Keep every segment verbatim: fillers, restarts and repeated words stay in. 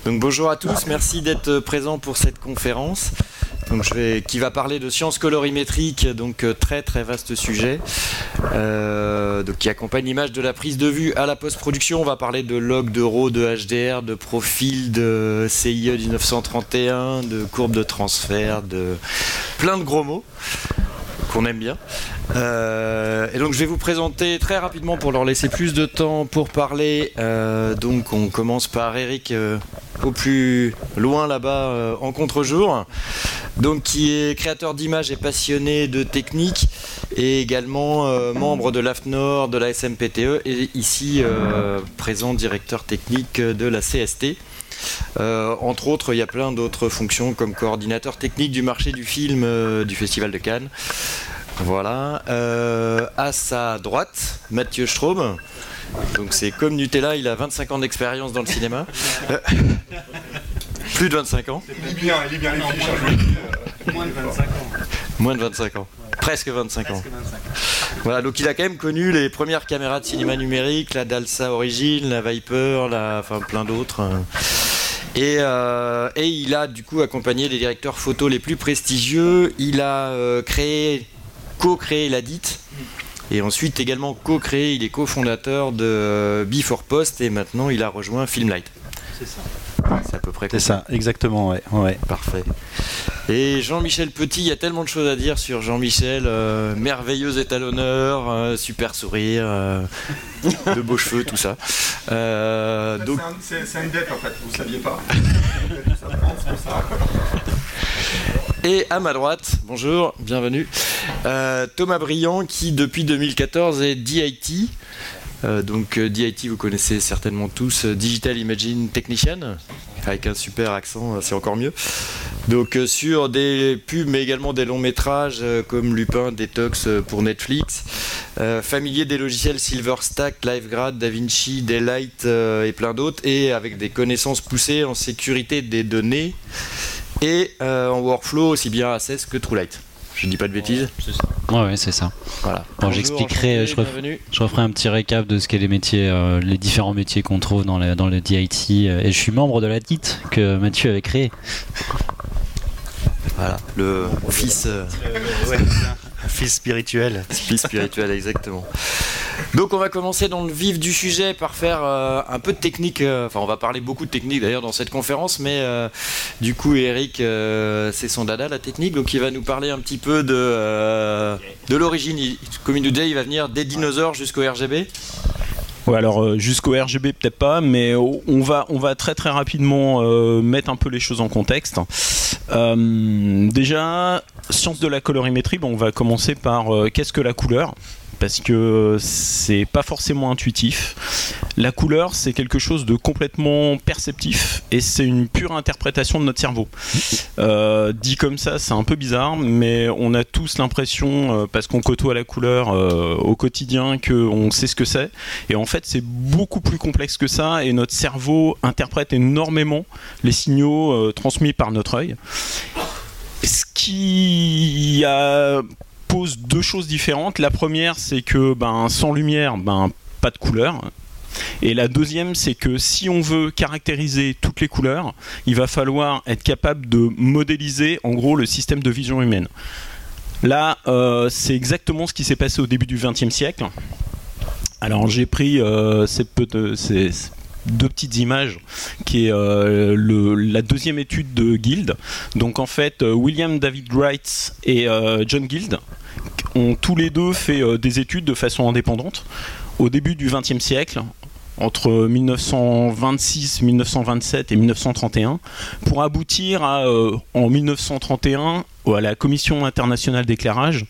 Donc bonjour à tous, merci d'être présents pour cette conférence donc je vais, qui va parler de sciences colorimétriques, donc très très vaste sujet, euh, donc qui accompagne l'image de la prise de vue à la post-production. On va parler de log, de RAW, de H D R, de profil, de C I E dix-neuf cent trente et un, de courbe de transfert, de plein de gros mots qu'on aime bien. Euh, et donc je vais vous présenter très rapidement pour leur laisser plus de temps pour parler. Euh, donc on commence par Eric euh, au plus loin là-bas euh, en contre-jour, donc qui est créateur d'images et passionné de technique et également euh, membre de l'A F N O R, de la S M P T E et ici euh, présent directeur technique de la C S T. Euh, entre autres, il y a plein d'autres fonctions comme coordinateur technique du marché du film euh, du Festival de Cannes. Voilà. Euh, à sa droite, Mathieu Straub. Donc c'est comme Nutella, il a vingt-cinq ans d'expérience dans le cinéma. Euh, plus de vingt-cinq ans. Il est bien, il est bien. Moins de vingt-cinq ans. Moins de vingt-cinq ans. Presque vingt-cinq ans. Voilà, donc il a quand même connu les premières caméras de cinéma numérique, la Dalsa Origin, la Viper, la, enfin plein d'autres. Et, euh, et il a du coup accompagné les directeurs photo les plus prestigieux. Il a euh, créé, co-créé la D I T et ensuite également co-créé, il est cofondateur de euh, Before Post et maintenant il a rejoint Filmlight. C'est ça. C'est à peu près C'est ça, exactement, ouais. ouais. Parfait. Et Jean-Michel Petit, il y a tellement de choses à dire sur Jean-Michel, euh, merveilleux étalonneur, euh, super sourire, euh, de beaux cheveux, tout ça. Euh, En fait, donc... c'est, un, c'est, c'est une dette en fait, vous ne saviez pas. Et à ma droite, bonjour, bienvenue, euh, Thomas Briand qui depuis deux mille quatorze est D I T. Euh, donc euh, D I T vous connaissez certainement tous, euh, Digital Imaging Technician, avec un super accent, euh, c'est encore mieux. Donc euh, sur des pubs mais également des longs métrages euh, comme Lupin, Detox euh, pour Netflix, euh, familier des logiciels Silverstack, LiveGrad, DaVinci, Daylight euh, et plein d'autres, et avec des connaissances poussées en sécurité des données et euh, en workflow aussi bien Access que TrueLight. Je dis pas de bêtises. Ouais, ouais, c'est ça. Voilà. Bon, j'expliquerai, je, ref... je referai un petit récap de ce qu'est les métiers, euh, les différents métiers qu'on trouve dans, les, dans le D I T. Euh, et je suis membre de la D I T que Mathieu avait créé. Voilà, le fils, euh, Euh, ouais, fils spirituel. Fils spirituel, exactement. Donc on va commencer dans le vif du sujet par faire euh, un peu de technique. Euh, enfin, on va parler beaucoup de technique d'ailleurs dans cette conférence, mais euh, du coup, Eric, euh, c'est son dada la technique, donc il va nous parler un petit peu de euh, de l'origine. Il, comme il nous disait, il va venir des dinosaures jusqu'au R G B. Ouais, alors euh, jusqu'au R G B peut-être pas, mais on va, on va très très rapidement euh, mettre un peu les choses en contexte. Euh, déjà, science de la colorimétrie, bon, on va commencer par euh, qu'est-ce que la couleur ? Parce que c'est pas forcément intuitif. La couleur, c'est quelque chose de complètement perceptif et c'est une pure interprétation de notre cerveau. Euh, dit comme ça, c'est un peu bizarre, mais on a tous l'impression, euh, parce qu'on côtoie la couleur euh, au quotidien, qu'on sait ce que c'est. Et en fait, c'est beaucoup plus complexe que ça et notre cerveau interprète énormément les signaux euh, transmis par notre œil. Ce qui a... pose deux choses différentes. La première, c'est que ben, sans lumière, ben, pas de couleur. Et la deuxième, c'est que si on veut caractériser toutes les couleurs, il va falloir être capable de modéliser en gros le système de vision humaine. Là, euh, c'est exactement ce qui s'est passé au début du vingtième siècle. Alors j'ai pris euh, ces, peu de, ces deux petites images qui est euh, le, la deuxième étude de Guild. Donc en fait, William David Wright et euh, John Guild ont tous les deux fait euh, des études de façon indépendante au début du vingtième siècle, entre mille neuf cent vingt-six, mille neuf cent vingt-sept et mille neuf cent trente et un, pour aboutir à, euh, en mille neuf cent trente et un à la Commission internationale d'éclairage,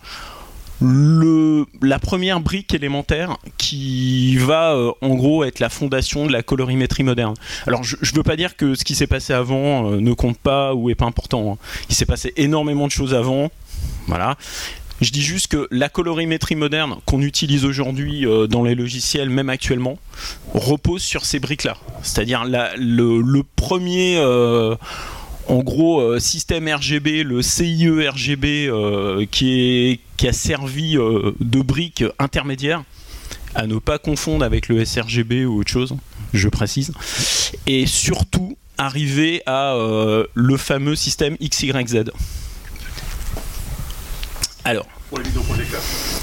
le, la première brique élémentaire qui va euh, en gros être la fondation de la colorimétrie moderne. Alors je ne veux pas dire que ce qui s'est passé avant euh, ne compte pas ou est pas important, hein. Il s'est passé énormément de choses avant, voilà. Je dis juste que la colorimétrie moderne qu'on utilise aujourd'hui euh, dans les logiciels, même actuellement, repose sur ces briques-là. C'est-à-dire la, le, le premier... Euh, En gros, euh, système R G B, le C I E R G B euh, qui, est, qui a servi euh, de brique intermédiaire, à ne pas confondre avec le S R G B ou autre chose, je précise. Et surtout, arriver à euh, le fameux système X Y Z. Alors. Pour les vidéoprojecteurs.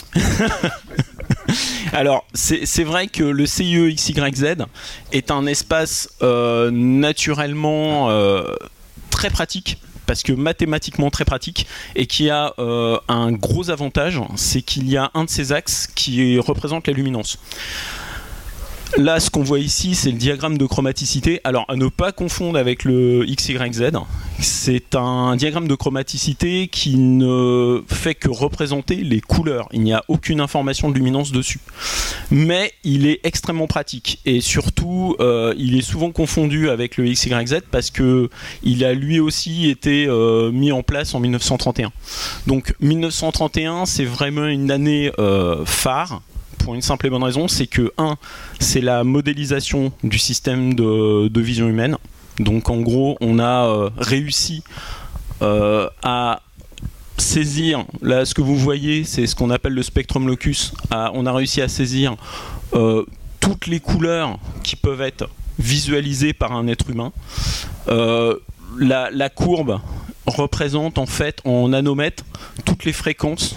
Alors, c'est, c'est vrai que le C I E X Y Z est un espace euh, naturellement euh, très pratique, parce que mathématiquement très pratique, et qui a euh, un gros avantage, c'est qu'il y a un de ses axes qui représente la luminance. Là, ce qu'on voit ici, c'est le diagramme de chromaticité. Alors, à ne pas confondre avec le X Y Z, c'est un diagramme de chromaticité qui ne fait que représenter les couleurs. Il n'y a aucune information de luminance dessus. Mais il est extrêmement pratique. Et surtout, euh, il est souvent confondu avec le X Y Z parce qu'il a lui aussi été euh, mis en place en mille neuf cent trente et un. Donc, mille neuf cent trente et un, c'est vraiment une année euh, phare. Pour une simple et bonne raison, c'est que un, c'est la modélisation du système de, de vision humaine. Donc en gros, on a euh, réussi euh, à saisir, là ce que vous voyez, c'est ce qu'on appelle le spectrum locus. À, on a réussi à saisir euh, toutes les couleurs qui peuvent être visualisées par un être humain. Euh, la, la courbe représente en fait en nanomètres toutes les fréquences.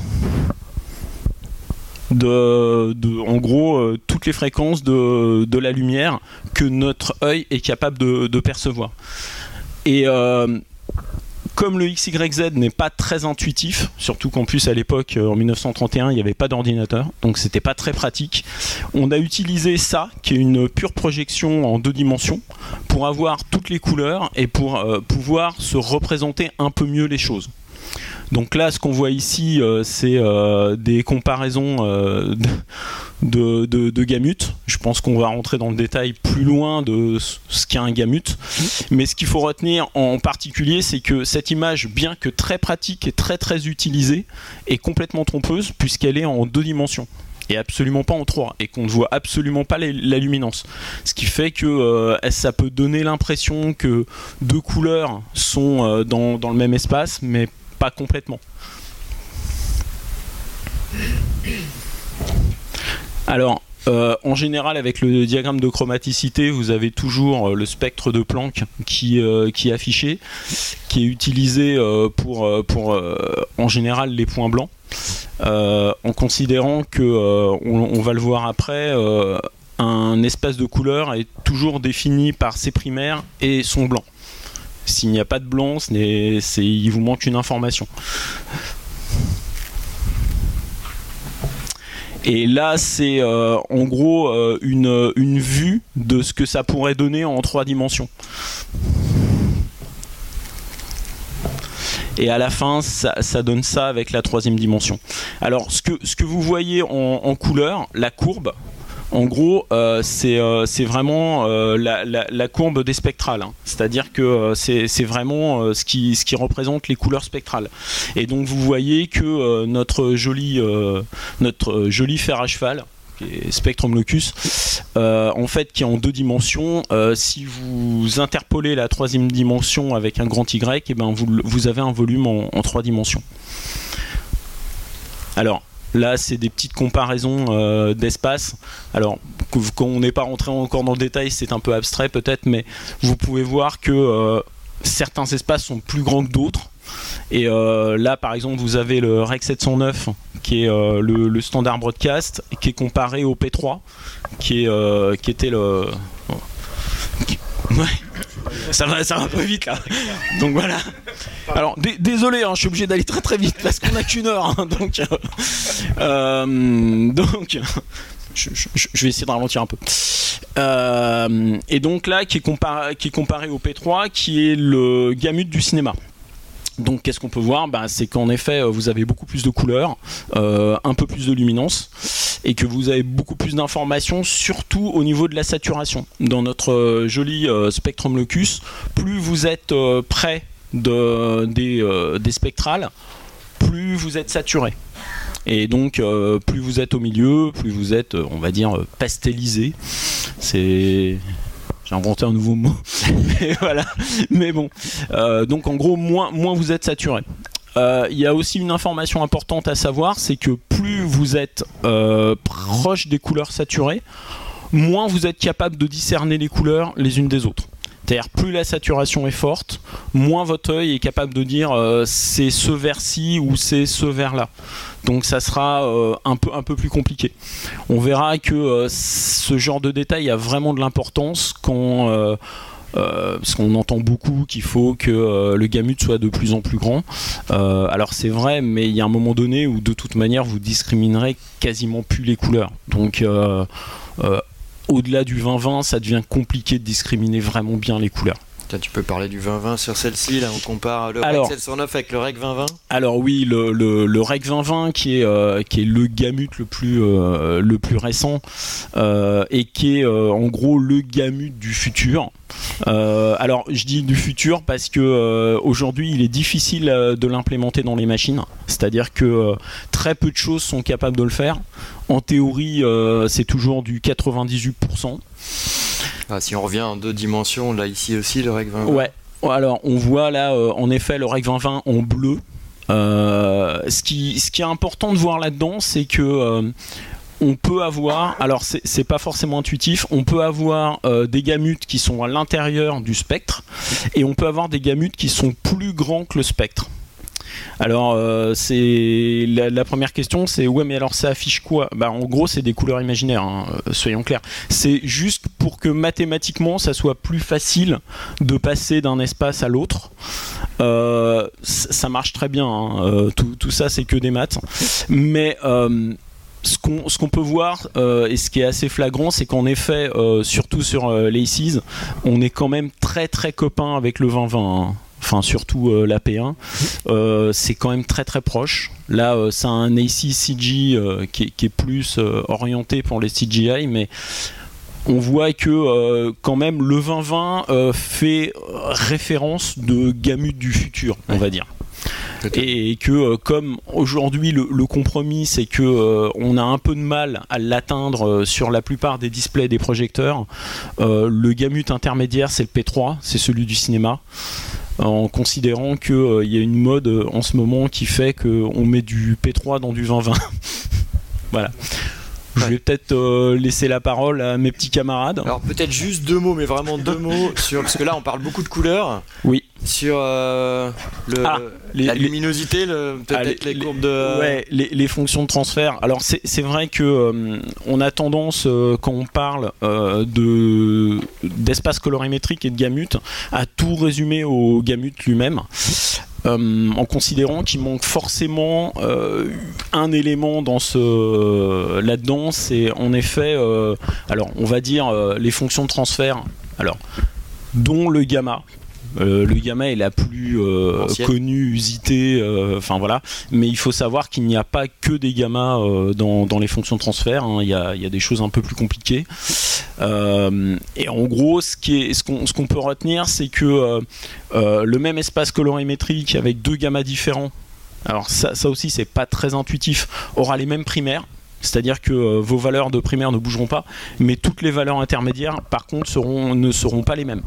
De, de, en gros, euh, toutes les fréquences de, de la lumière que notre œil est capable de, de percevoir. Et euh, comme le X Y Z n'est pas très intuitif, surtout qu'en plus à l'époque, en mille neuf cent trente et un, il n'y avait pas d'ordinateur, donc c'était pas très pratique, on a utilisé ça, qui est une pure projection en deux dimensions, pour avoir toutes les couleurs et pour euh, pouvoir se représenter un peu mieux les choses. Donc là, ce qu'on voit ici, euh, c'est euh, des comparaisons euh, de, de, de gamutes. Je pense qu'on va rentrer dans le détail plus loin de ce qu'est un gamute. Mais ce qu'il faut retenir en particulier, c'est que cette image, bien que très pratique et très très utilisée, est complètement trompeuse puisqu'elle est en deux dimensions. Et absolument pas en trois, et qu'on ne voit absolument pas les, la luminance. Ce qui fait que euh, ça peut donner l'impression que deux couleurs sont euh, dans, dans le même espace, mais pas complètement. Alors, euh, en général, avec le diagramme de chromaticité, vous avez toujours euh, le spectre de Planck qui, euh, qui est affiché, qui est utilisé euh, pour, pour euh, en général, les points blancs, euh, en considérant que, euh, on, on va le voir après, euh, un espace de couleur est toujours défini par ses primaires et son blanc. S'il n'y a pas de blanc, ce n'est, c'est, il vous manque une information. Et là, c'est euh, en gros euh, une, une vue de ce que ça pourrait donner en trois dimensions. Et à la fin, ça, ça donne ça avec la troisième dimension. Alors, ce que, ce que vous voyez en, en couleur, la courbe, en gros, euh, c'est, euh, c'est vraiment euh, la, la, la courbe des spectrales. Hein. C'est-à-dire que euh, c'est, c'est vraiment euh, ce, qui, ce qui représente les couleurs spectrales. Et donc vous voyez que euh, notre, joli, euh, notre joli fer à cheval, qui est Spectrum Locus, euh, en fait qui est en deux dimensions, euh, si vous interpolez la troisième dimension avec un grand Y, et ben vous, vous avez un volume en, en trois dimensions. Alors, là, c'est des petites comparaisons euh, d'espace. Alors, quand on n'est pas rentré encore dans le détail, c'est un peu abstrait peut-être, mais vous pouvez voir que euh, certains espaces sont plus grands que d'autres. Et euh, là, par exemple, vous avez le Rec sept cent neuf, qui est euh, le, le standard broadcast, qui est comparé au P trois, qui, est, euh, qui était le... Qui... Ouais. Ça va, ça va un peu vite là. Donc voilà. Alors d- désolé, hein, je suis obligé d'aller très très vite parce qu'on n'a qu'une heure. Hein, donc, euh, euh, donc je, je, je vais essayer de ralentir un peu. Euh, et donc là, qui est, comparé, qui est comparé au P trois, qui est le gamut du cinéma. Donc qu'est-ce qu'on peut voir ? Ben, c'est qu'en effet vous avez beaucoup plus de couleurs, euh, un peu plus de luminance, et que vous avez beaucoup plus d'informations, surtout au niveau de la saturation. Dans notre euh, joli euh, Spectrum Locus, plus vous êtes euh, près de, des, euh, des spectrales, plus vous êtes saturé. Et donc euh, plus vous êtes au milieu, plus vous êtes, on va dire, pastelisé. C'est... J'ai inventé un nouveau mot, mais voilà. Mais bon, euh, donc en gros, moins, moins vous êtes saturé. Euh, il y a aussi une information importante à savoir, c'est que plus vous êtes euh, proche des couleurs saturées, moins vous êtes capable de discerner les couleurs les unes des autres. C'est-à-dire plus la saturation est forte, moins votre œil est capable de dire euh, c'est ce vers-ci ou c'est ce vers-là. Donc ça sera euh, un peu, un peu plus compliqué. On verra que euh, ce genre de détail a vraiment de l'importance quand... Euh, Euh, parce qu'on entend beaucoup qu'il faut que euh, le gamut soit de plus en plus grand. Euh, alors c'est vrai, mais il y a un moment donné où de toute manière vous discriminerez quasiment plus les couleurs. Donc euh, euh, au-delà du vingt vingt, ça devient compliqué de discriminer vraiment bien les couleurs. Tiens, tu peux parler du vingt vingt sur celle-ci, là on compare le alors, Rec sept cent neuf avec le Rec vingt vingt. Alors oui, le, le, le Rec vingt vingt qui est, euh, qui est le gamut le plus, euh, le plus récent euh, et qui est euh, en gros le gamut du futur. Euh, alors je dis du futur parce que euh, aujourd'hui il est difficile euh, de l'implémenter dans les machines, c'est-à-dire que euh, très peu de choses sont capables de le faire. En théorie euh, c'est toujours du quatre-vingt-dix-huit pour cent. Ah, si on revient en deux dimensions, là ici aussi le Rec vingt vingt. Ouais, alors on voit là euh, en effet le Rec vingt vingt en bleu. Euh, ce, qui, ce qui est important de voir là-dedans, c'est que euh, on peut avoir, alors c'est, c'est pas forcément intuitif, on peut avoir euh, des gamutes qui sont à l'intérieur du spectre et on peut avoir des gamutes qui sont plus grands que le spectre. Alors euh, c'est la, la première question, c'est ouais, mais alors ça affiche quoi? Bah en gros c'est des couleurs imaginaires, hein, soyons clairs. C'est juste pour que mathématiquement ça soit plus facile de passer d'un espace à l'autre. Euh, ça marche très bien, hein. euh, tout, tout ça c'est que des maths, mais euh, Ce qu'on, ce qu'on peut voir euh, et ce qui est assez flagrant, c'est qu'en effet, euh, surtout sur euh, l'Aces, on est quand même très très copain avec le vingt vingt. Hein. Enfin, surtout euh, l'A P un. Euh, c'est quand même très très proche. Là, euh, c'est un Aces C G euh, qui, est, qui est plus euh, orienté pour les C G I, mais on voit que euh, quand même le vingt vingt euh, fait référence de gamut du futur, on va dire. Et que euh, comme aujourd'hui le, le compromis c'est que euh, on a un peu de mal à l'atteindre euh, sur la plupart des displays des projecteurs, euh, le gamut intermédiaire c'est le P trois, c'est celui du cinéma, en considérant qu'il euh, y a une mode euh, en ce moment qui fait qu'on met du P trois dans du vingt vingt. Voilà. Je vais peut-être euh, laisser la parole à mes petits camarades. Alors peut-être juste deux mots, mais vraiment deux mots sur, parce que là on parle beaucoup de couleurs. Oui. Sur euh, le, ah, les, la luminosité, le, peut-être ah, les, les courbes de. Ouais, les, les fonctions de transfert. Alors c'est, c'est vrai que euh, on a tendance euh, quand on parle euh, de d'espace colorimétrique et de gamut à tout résumer au gamut lui-même. Euh, en considérant qu'il manque forcément euh, un élément dans ce euh, là-dedans, c'est en effet, euh, alors on va dire euh, les fonctions de transfert, alors dont le gamma. Euh, le gamma est la plus euh, connue, usitée, enfin euh, voilà. Mais il faut savoir qu'il n'y a pas que des gammas euh, dans, dans les fonctions de transfert. Hein. Il y a, il y a des choses un peu plus compliquées. Euh, et en gros, ce, qui est, ce, qu'on, ce qu'on peut retenir, c'est que euh, euh, le même espace colorimétrique avec deux gammas différents. Alors ça, ça aussi, c'est pas très intuitif. Aura les mêmes primaires. C'est-à-dire que euh, vos valeurs de primaire ne bougeront pas, mais toutes les valeurs intermédiaires, par contre, seront, ne seront pas les mêmes.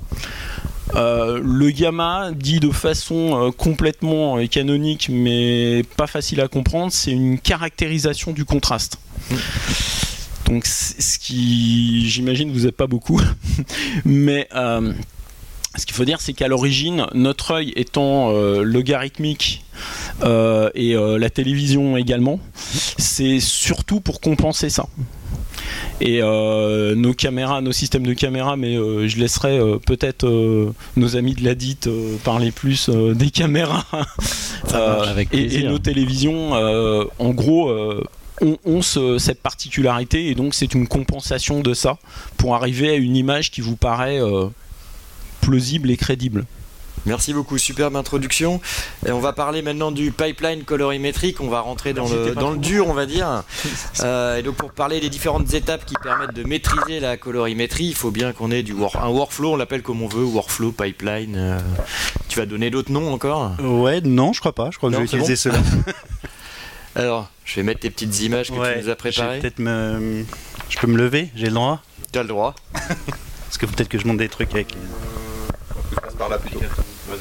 Euh, le gamma, dit de façon euh, complètement euh, canonique mais pas facile à comprendre, c'est une caractérisation du contraste. Donc ce qui, j'imagine, vous n'êtes pas beaucoup, mais euh, ce qu'il faut dire, c'est qu'à l'origine, notre œil étant euh, logarithmique euh, et euh, la télévision également, c'est surtout pour compenser ça. Et euh, nos caméras, nos systèmes de caméras, mais euh, je laisserai euh, peut-être euh, nos amis de la D I T euh, parler plus euh, des caméras euh, avec et, et nos télévisions. Euh, en gros, euh, ont, ont ce, cette particularité et donc c'est une compensation de ça pour arriver à une image qui vous paraît euh, plausible et crédible. Merci beaucoup, superbe introduction. Et on va parler maintenant du pipeline colorimétrique. On va rentrer dans le, dans le dur, on va dire. Euh, et donc pour parler des différentes étapes qui permettent de maîtriser la colorimétrie, il faut bien qu'on ait du war- un workflow, on l'appelle comme on veut, workflow, pipeline. Euh, tu vas donner d'autres noms encore ? Ouais, non, je crois pas. Je crois que Non, je vais utiliser bon. ceux-là. Alors, je vais mettre tes petites images que ouais, tu nous as préparées. Je, peut-être me... je peux me lever, j'ai le droit. Tu as le droit. Parce que peut-être que je monte des trucs avec. Je passe par là plutôt. Vas-y.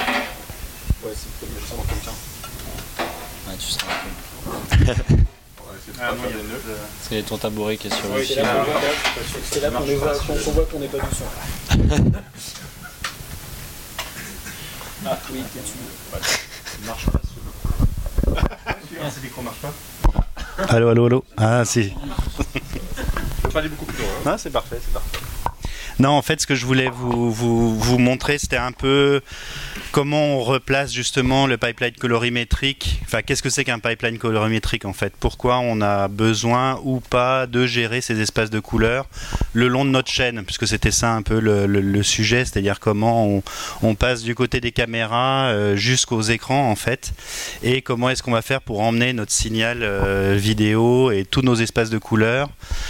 Ouais, c'est peut-être ça dans quelqu'un. Ouais, tu seras Ouais, c'est Ah, pas non, faire il y a des neuf. nœuds. C'est ton tabouret qui est sur le C'est là qu'on voit, c'est là qu'on les voit, qu'on voit qu'on n'est pas du son. Ah oui, t'es dessus. Il marche pas ce. C'est l'écran marche pas. Allô, allô, allô. Ah, si. Je peux pas aller beaucoup plus loin. Hein. Ah, c'est parfait, c'est parfait. Non, en fait, ce que je voulais vous, vous, vous montrer, c'était un peu comment on replace justement le pipeline colorimétrique. Enfin, qu'est-ce que c'est qu'un pipeline colorimétrique en fait? Pourquoi on a besoin ou pas de gérer ces espaces de couleurs le long de notre chaîne? Puisque c'était ça un peu le, le, le sujet, c'est-à-dire comment on, on passe du côté des caméras euh, jusqu'aux écrans en fait. Et comment est-ce qu'on va faire pour emmener notre signal euh, vidéo et tous nos espaces de couleurs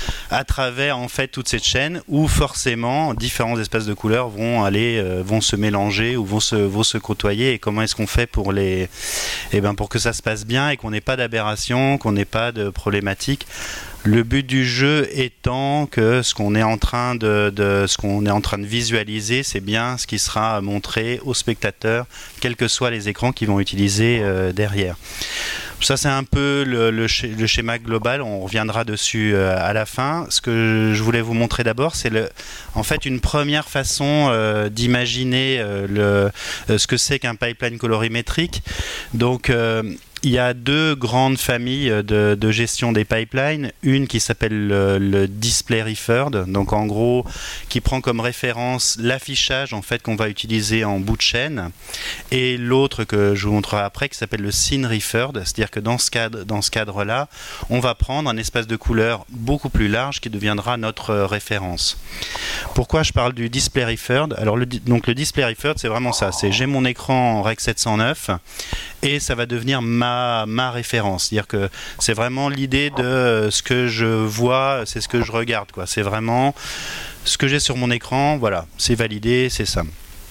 à travers en fait toute cette chaîne où forcément différents espaces de couleurs vont aller, euh, vont se mélanger ou vont se, vont se côtoyer, et comment est-ce qu'on fait pour les, eh ben pour que ça se passe bien et qu'on n'ait pas d'aberration, qu'on n'ait pas de problématique. Le but du jeu étant que ce qu'on est en train de, de ce qu'on est en train de visualiser, c'est bien ce qui sera montré aux spectateurs, quels que soient les écrans qu'ils vont utiliser euh, derrière. Ça, c'est un peu le, le, sch le schéma global. On reviendra dessus euh, à la fin. Ce que je voulais vous montrer d'abord, c'est le, en fait une première façon euh, d'imaginer euh, le, euh, ce que c'est qu'un pipeline colorimétrique. Donc euh, il y a deux grandes familles de, de gestion des pipelines. Une qui s'appelle le, le display referred, donc en gros qui prend comme référence l'affichage en fait qu'on va utiliser en bout de chaîne, et l'autre que je vous montrerai après qui s'appelle le scene referred, c'est-à-dire que dans ce cadre, dans ce cadre-là, on va prendre un espace de couleur beaucoup plus large qui deviendra notre référence. Pourquoi je parle du display referred? Alors le, donc le display referred, c'est vraiment ça. C'est j'ai mon écran en rec sept cent neuf et ça va devenir ma, ma référence. C'est-à-dire que c'est vraiment l'idée de ce que je vois, c'est ce que je regarde, quoi. C'est vraiment ce que j'ai sur mon écran, voilà, c'est validé, c'est ça.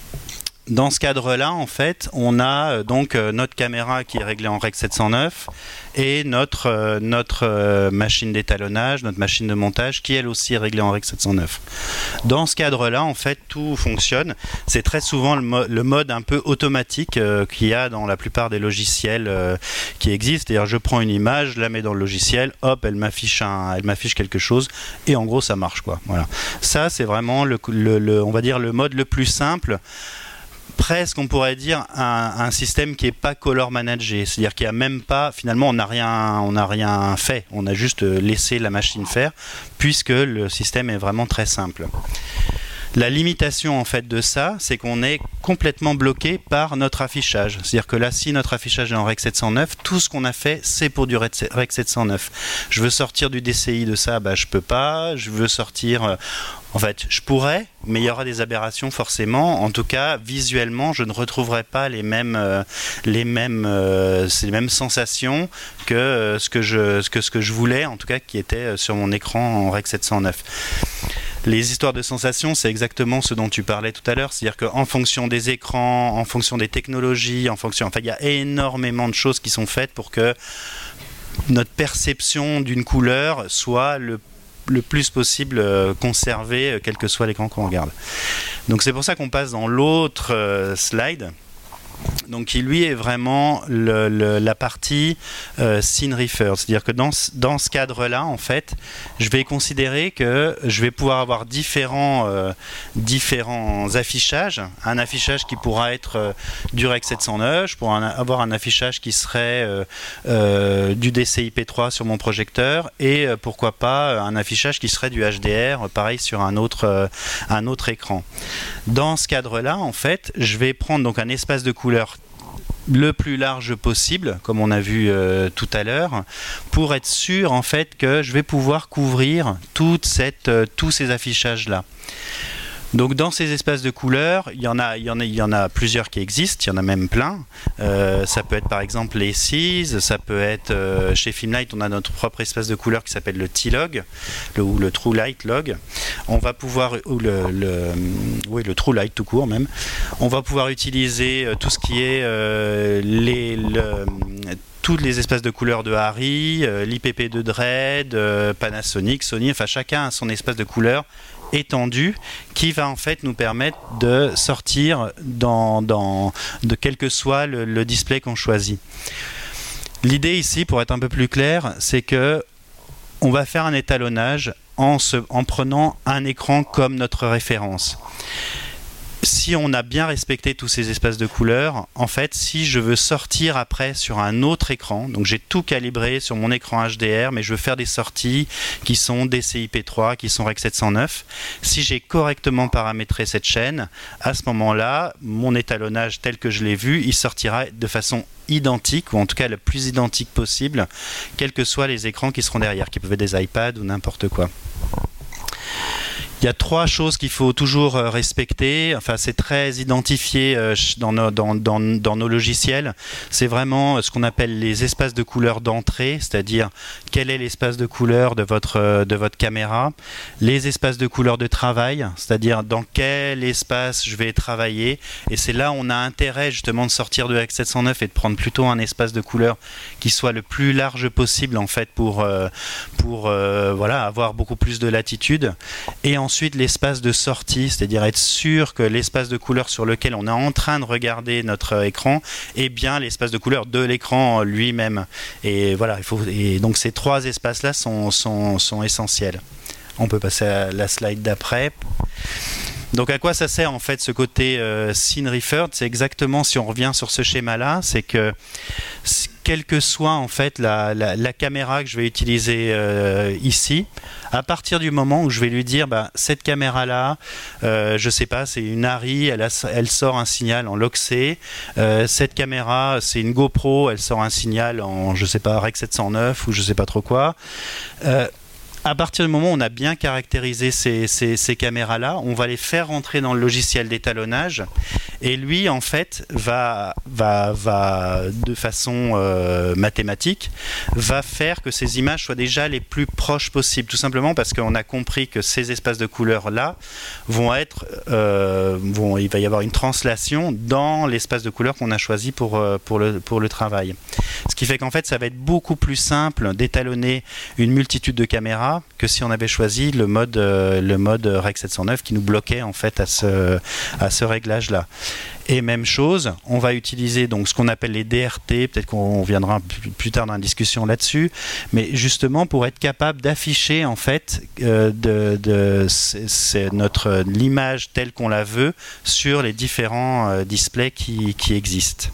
Dans ce cadre-là, en fait, on a donc notre caméra qui est réglée en rec sept cent neuf et notre, euh, notre euh, machine d'étalonnage, notre machine de montage qui elle aussi est réglée en rec sept cent neuf. Dans ce cadre-là, en fait, tout fonctionne. C'est très souvent le, mo le mode un peu automatique euh, qu'il y a dans la plupart des logiciels euh, qui existent. C'est-à-dire, je prends une image, je la mets dans le logiciel, hop, elle m'affiche un, elle m'affiche quelque chose et en gros, ça marche, quoi. Voilà. Ça, c'est vraiment le, le, le, on va dire, le mode le plus simple. Presque, on pourrait dire, un, un système qui n'est pas color managé, c'est-à-dire qu'il n'y a même pas, finalement, on n'a rien, on n'a rien fait, on a juste laissé la machine faire, puisque le système est vraiment très simple. La limitation en fait de ça, c'est qu'on est complètement bloqué par notre affichage. C'est-à-dire que là, si notre affichage est en rec sept cent neuf, tout ce qu'on a fait, c'est pour du rec sept cent neuf. Je veux sortir du D C I de ça, bah je peux pas. Je veux sortir, euh, en fait, je pourrais, mais il y aura des aberrations forcément. En tout cas, visuellement, je ne retrouverai pas les mêmes, euh, les mêmes, euh, les mêmes sensations que euh, ce que je, ce que ce que je voulais, en tout cas, qui était sur mon écran en rec sept cent neuf. Les histoires de sensations, c'est exactement ce dont tu parlais tout à l'heure, c'est-à-dire qu'en fonction des écrans, en fonction des technologies, en fonction, enfin, il y a énormément de choses qui sont faites pour que notre perception d'une couleur soit le, le plus possible euh, conservée, euh, quel que soit l'écran qu'on regarde. Donc c'est pour ça qu'on passe dans l'autre euh, slide. Donc qui lui est vraiment le, le, la partie euh, scene referred, c'est-à-dire que dans, dans ce cadre-là, en fait, je vais considérer que je vais pouvoir avoir différents, euh, différents affichages. Un affichage qui pourra être euh, du rec sept cent neuf, je pourrais avoir un affichage qui serait euh, euh, du D C I P trois sur mon projecteur, et euh, pourquoi pas un affichage qui serait du H D R, pareil sur un autre, euh, un autre écran. Dans ce cadre-là, en fait, je vais prendre donc un espace de couleur le plus large possible, comme on a vu euh, tout à l'heure, pour être sûr en fait que je vais pouvoir couvrir toute cette, euh, tous ces affichages-là. Donc dans ces espaces de couleurs, il y en a, il y en a, il y en a plusieurs qui existent, il y en a même plein. Euh, ça peut être par exemple les Cs, ça peut être euh, chez Filmlight, on a notre propre espace de couleur qui s'appelle le T-Log, le, ou le True Light Log. On va pouvoir, ou le, le, oui, le True Light tout court même. On va pouvoir utiliser tout ce qui est euh, les, le, tous les espaces de couleurs de Harry, euh, l'I P P de Dredd, euh, Panasonic, Sony, enfin chacun a son espace de couleur étendu qui va en fait nous permettre de sortir dans, dans, de quel que soit le, le display qu'on choisit. L'idée ici, pour être un peu plus clair, c'est que on va faire un étalonnage en, se, en prenant un écran comme notre référence. si on a bien respecté tous ces espaces de couleurs, en fait, si je veux sortir après sur un autre écran, donc j'ai tout calibré sur mon écran H D R, mais je veux faire des sorties qui sont D C I P trois, qui sont Rec sept cent neuf, si j'ai correctement paramétré cette chaîne, à ce moment-là, mon étalonnage tel que je l'ai vu, il sortira de façon identique, ou en tout cas le plus identique possible, quels que soient les écrans qui seront derrière, qui peuvent être des iPads ou n'importe quoi. Il y a trois choses qu'il faut toujours respecter. Enfin, c'est très identifié dans nos, dans, dans, dans nos logiciels. C'est vraiment ce qu'on appelle les espaces de couleur d'entrée, c'est-à-dire quel est l'espace de couleur de votre, de votre caméra. Les espaces de couleur de travail, c'est-à-dire dans quel espace je vais travailler. Et c'est là où on a intérêt justement de sortir de Rec sept cent neuf et de prendre plutôt un espace de couleur qui soit le plus large possible en fait pour, pour euh, voilà, avoir beaucoup plus de latitude. Et ensuite, Ensuite, l'espace de sortie, c'est-à-dire être sûr que l'espace de couleur sur lequel on est en train de regarder notre écran est bien l'espace de couleur de l'écran lui-même. Et voilà, il faut, et donc ces trois espaces-là sont, sont, sont essentiels. On peut passer à la slide d'après. Donc à quoi ça sert en fait ce côté euh, scene referred? C'est exactement, si on revient sur ce schéma-là, c'est que quelle que soit en fait la, la, la caméra que je vais utiliser euh, ici, à partir du moment où je vais lui dire bah, cette caméra-là, euh, je sais pas, c'est une Arri, elle, a, elle sort un signal en log C, euh, cette caméra c'est une GoPro, elle sort un signal en je sais pas Rec sept cent neuf ou je sais pas trop quoi. Euh, À partir du moment où on a bien caractérisé ces, ces, ces caméras-là, on va les faire rentrer dans le logiciel d'étalonnage et lui, en fait, va, va, va de façon euh, mathématique, va faire que ces images soient déjà les plus proches possibles, tout simplement parce qu'on a compris que ces espaces de couleurs-là vont être, euh, vont, il va y avoir une translation dans l'espace de couleur qu'on a choisi pour, pour, le, pour le travail. Ce qui fait qu'en fait, ça va être beaucoup plus simple d'étalonner une multitude de caméras que si on avait choisi le mode, euh, le mode Rec sept cent neuf qui nous bloquait en fait à ce, à ce réglage-là. Et même chose, on va utiliser donc ce qu'on appelle les D R T, peut-être qu'on viendra plus, plus tard dans la discussion là-dessus, mais justement pour être capable d'afficher en fait euh, de, de, c'est, c'est notre l'image telle qu'on la veut sur les différents euh, displays qui, qui existent.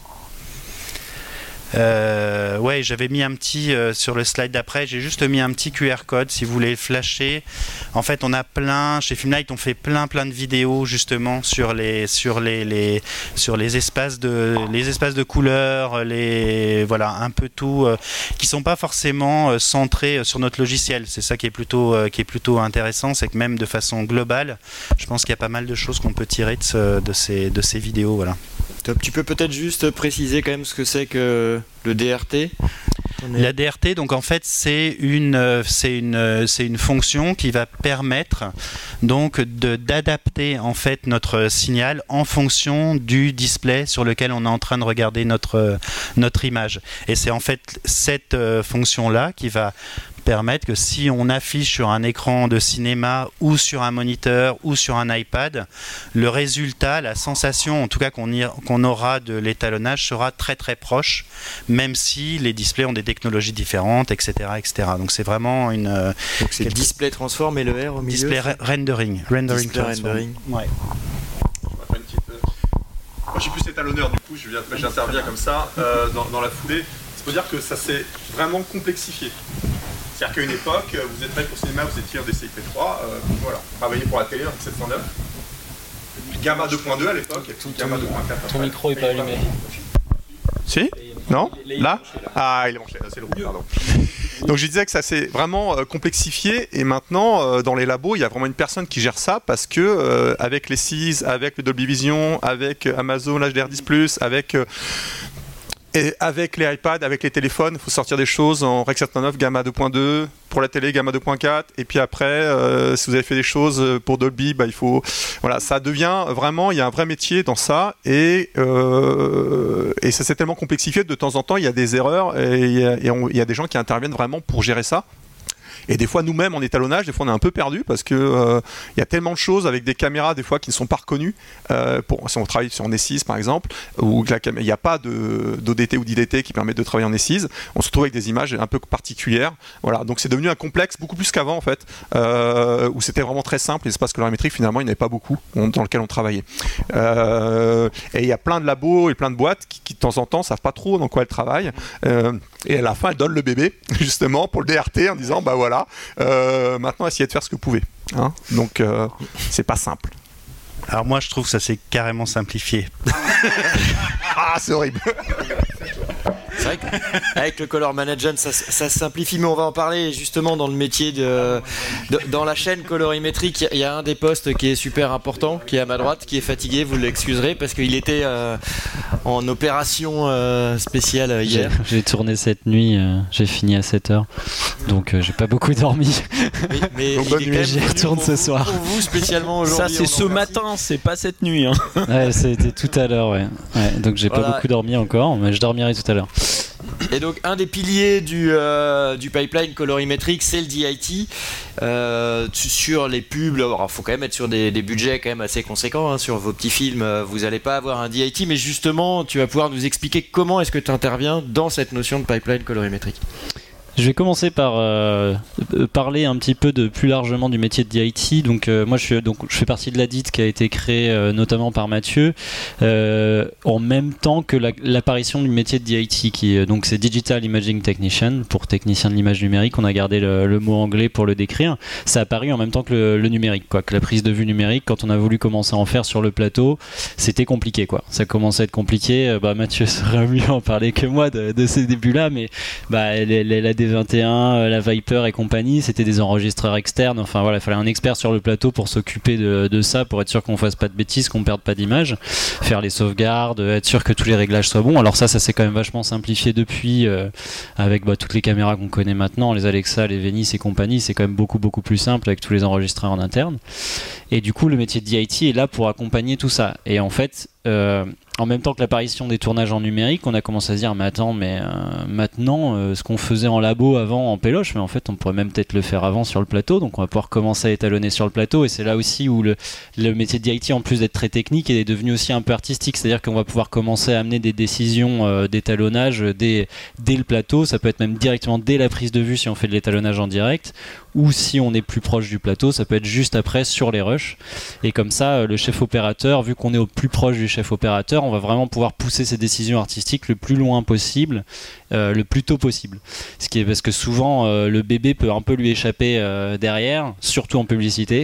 Euh, ouais, j'avais mis un petit euh, sur le slide d'après, j'ai juste mis un petit Q R code si vous voulez flasher. En fait, on a plein chez Filmlight, on fait plein plein de vidéos justement sur les sur les, les sur les espaces de les espaces de couleurs, les voilà un peu tout euh, qui sont pas forcément euh, centrés sur notre logiciel. C'est ça qui est plutôt euh, qui est plutôt intéressant, c'est que même de façon globale, je pense qu'il y a pas mal de choses qu'on peut tirer de, ce, de ces de ces vidéos, voilà. Top. Tu peux peut-être juste préciser quand même ce que c'est que le D R T? La D R T, donc en fait, c'est une, c'est une, c'est une fonction qui va permettre donc de, d'adapter en fait notre signal en fonction du display sur lequel on est en train de regarder notre, notre image. Et c'est en fait cette fonction-là qui va permettre que si on affiche sur un écran de cinéma ou sur un moniteur ou sur un iPad, le résultat, la sensation en tout cas qu'on, y, qu'on aura de l'étalonnage sera très très proche, même si les displays ont des technologies différentes, et cetera, et cetera. Donc c'est vraiment une... Donc c'est quelque... display transform et le R au milieu. Display re- rendering. Rendering display rendering. Ouais. Moi je suis plus étalonneur, du coup je viens, j'interviens comme ça euh, dans, dans la foulée. Ça veut dire que ça s'est vraiment complexifié. C'est-à-dire qu'à une époque, vous êtes prêt pour le cinéma, vous étiez en D C I P trois, euh, voilà, vous travaillez pour la télé en sept cent neuf. Gamma deux point deux à l'époque, et puis Gamma deux point quatre. Ton micro est pas allumé. Si? Non? Là? Ah, il est manqué, c'est le rouge, pardon. Donc je disais que ça s'est vraiment euh, complexifié et maintenant euh, dans les labos il y a vraiment une personne qui gère ça parce que euh, avec les C I S, avec le Dolby Vision, avec Amazon H D R dix plus, avec... Euh, Et avec les iPads, avec les téléphones, il faut sortir des choses en Rec sept cent neuf, Gamma deux point deux, pour la télé, Gamma deux point quatre, et puis après, euh, si vous avez fait des choses pour Dolby, bah, il faut... Voilà, ça devient vraiment, il y a un vrai métier dans ça, et, euh, et ça s'est tellement complexifié, de temps en temps, il y a des erreurs, et il y a, et on, il y a des gens qui interviennent vraiment pour gérer ça. Et des fois, nous-mêmes, en étalonnage, des fois, on est un peu perdu parce que euh, il y a tellement de choses avec des caméras, des fois, qui ne sont pas reconnues. Euh, pour, si on travaille sur un E six, par exemple, où il n'y a pas d'O D T ou d'I D T qui permet de travailler en E six, on se retrouve avec des images un peu particulières. Voilà. Donc, c'est devenu un complexe beaucoup plus qu'avant, en fait, euh, où c'était vraiment très simple. L'espace colorimétrique, finalement, il n'y avait pas beaucoup on, dans lequel on travaillait. Euh, et il y a plein de labos et plein de boîtes qui, qui de temps en temps, ne savent pas trop dans quoi elles travaillent. Euh, et à la fin, elles donnent le bébé, justement, pour le D R T, en disant, bah voilà, euh, maintenant, essayez de faire ce que vous pouvez. Hein. Donc, euh, c'est pas simple. Alors moi, je trouve que ça s'est carrément simplifié. Ah, c'est horrible. C'est vrai qu'avec le color management, ça, ça se simplifie, mais on va en parler justement dans le métier de, de dans la chaîne colorimétrique. Il y a un des postes qui est super important, qui est à ma droite, qui est fatigué. Vous l'excuserez parce qu'il était euh, en opération euh, spéciale hier. J'ai, j'ai tourné cette nuit, euh, j'ai fini à sept heures, donc euh, j'ai pas beaucoup dormi. Mais, mais Donc, bonne nuit. J'y retourne ce vous, soir. Pour vous spécialement Ça, aujourd'hui. c'est on ce en remercie. matin, c'est pas cette nuit. Hein. Ouais, c'était tout à l'heure, ouais. ouais donc j'ai Voilà. pas beaucoup dormi encore, mais je dormirai tout à l'heure. Et donc un des piliers du, euh, du pipeline colorimétrique, c'est le D I T. Euh, sur les pubs, il faut quand même être sur des, des budgets quand même assez conséquents. Hein, sur vos petits films, euh, vous n'allez pas avoir un D I T, mais justement, tu vas pouvoir nous expliquer comment est-ce que tu interviens dans cette notion de pipeline colorimétrique. Je vais commencer par euh, parler un petit peu de plus largement du métier de D I T. Donc euh, moi je suis donc je fais partie de l'A D I T qui a été créé euh, notamment par Mathieu euh, en même temps que la, l'apparition du métier de D I T qui euh, donc c'est Digital Imaging Technician pour technicien de l'image numérique. On a gardé le, le mot anglais pour le décrire. Ça a apparu en même temps que le, le numérique quoi, que la prise de vue numérique. Quand on a voulu commencer à en faire sur le plateau, c'était compliqué quoi. Ça commençait à être compliqué. Euh, bah Mathieu saurait mieux en parler que moi de, de ces débuts-là, mais bah les, les, la D vingt et un, la Viper et compagnie, c'était des enregistreurs externes. Enfin voilà, il fallait un expert sur le plateau pour s'occuper de, de ça, pour être sûr qu'on fasse pas de bêtises, qu'on perde pas d'image, faire les sauvegardes, être sûr que tous les réglages soient bons. Alors ça, ça s'est quand même vachement simplifié depuis, euh, avec bah, toutes les caméras qu'on connaît maintenant, les Alexa, les Venice et compagnie. C'est quand même beaucoup beaucoup plus simple avec tous les enregistreurs en interne. Et du coup, le métier de D I T est là pour accompagner tout ça. Et en fait, euh, en même temps que l'apparition des tournages en numérique, on a commencé à se dire mais attends, mais euh, maintenant euh, ce qu'on faisait en labo avant en péloche, mais en fait on pourrait même peut-être le faire avant sur le plateau, donc on va pouvoir commencer à étalonner sur le plateau. Et c'est là aussi où le, le métier de D I T, en plus d'être très technique, est devenu aussi un peu artistique, c'est-à-dire qu'on va pouvoir commencer à amener des décisions euh, d'étalonnage dès, dès le plateau. Ça peut être même directement dès la prise de vue si on fait de l'étalonnage en direct, ou si on est plus proche du plateau, ça peut être juste après sur les rushs. Et comme ça, le chef opérateur, vu qu'on est au plus proche du chef opérateur, on va vraiment pouvoir pousser ses décisions artistiques le plus loin possible, euh, le plus tôt possible. Ce qui est parce que souvent euh, le bébé peut un peu lui échapper euh, derrière, surtout en publicité.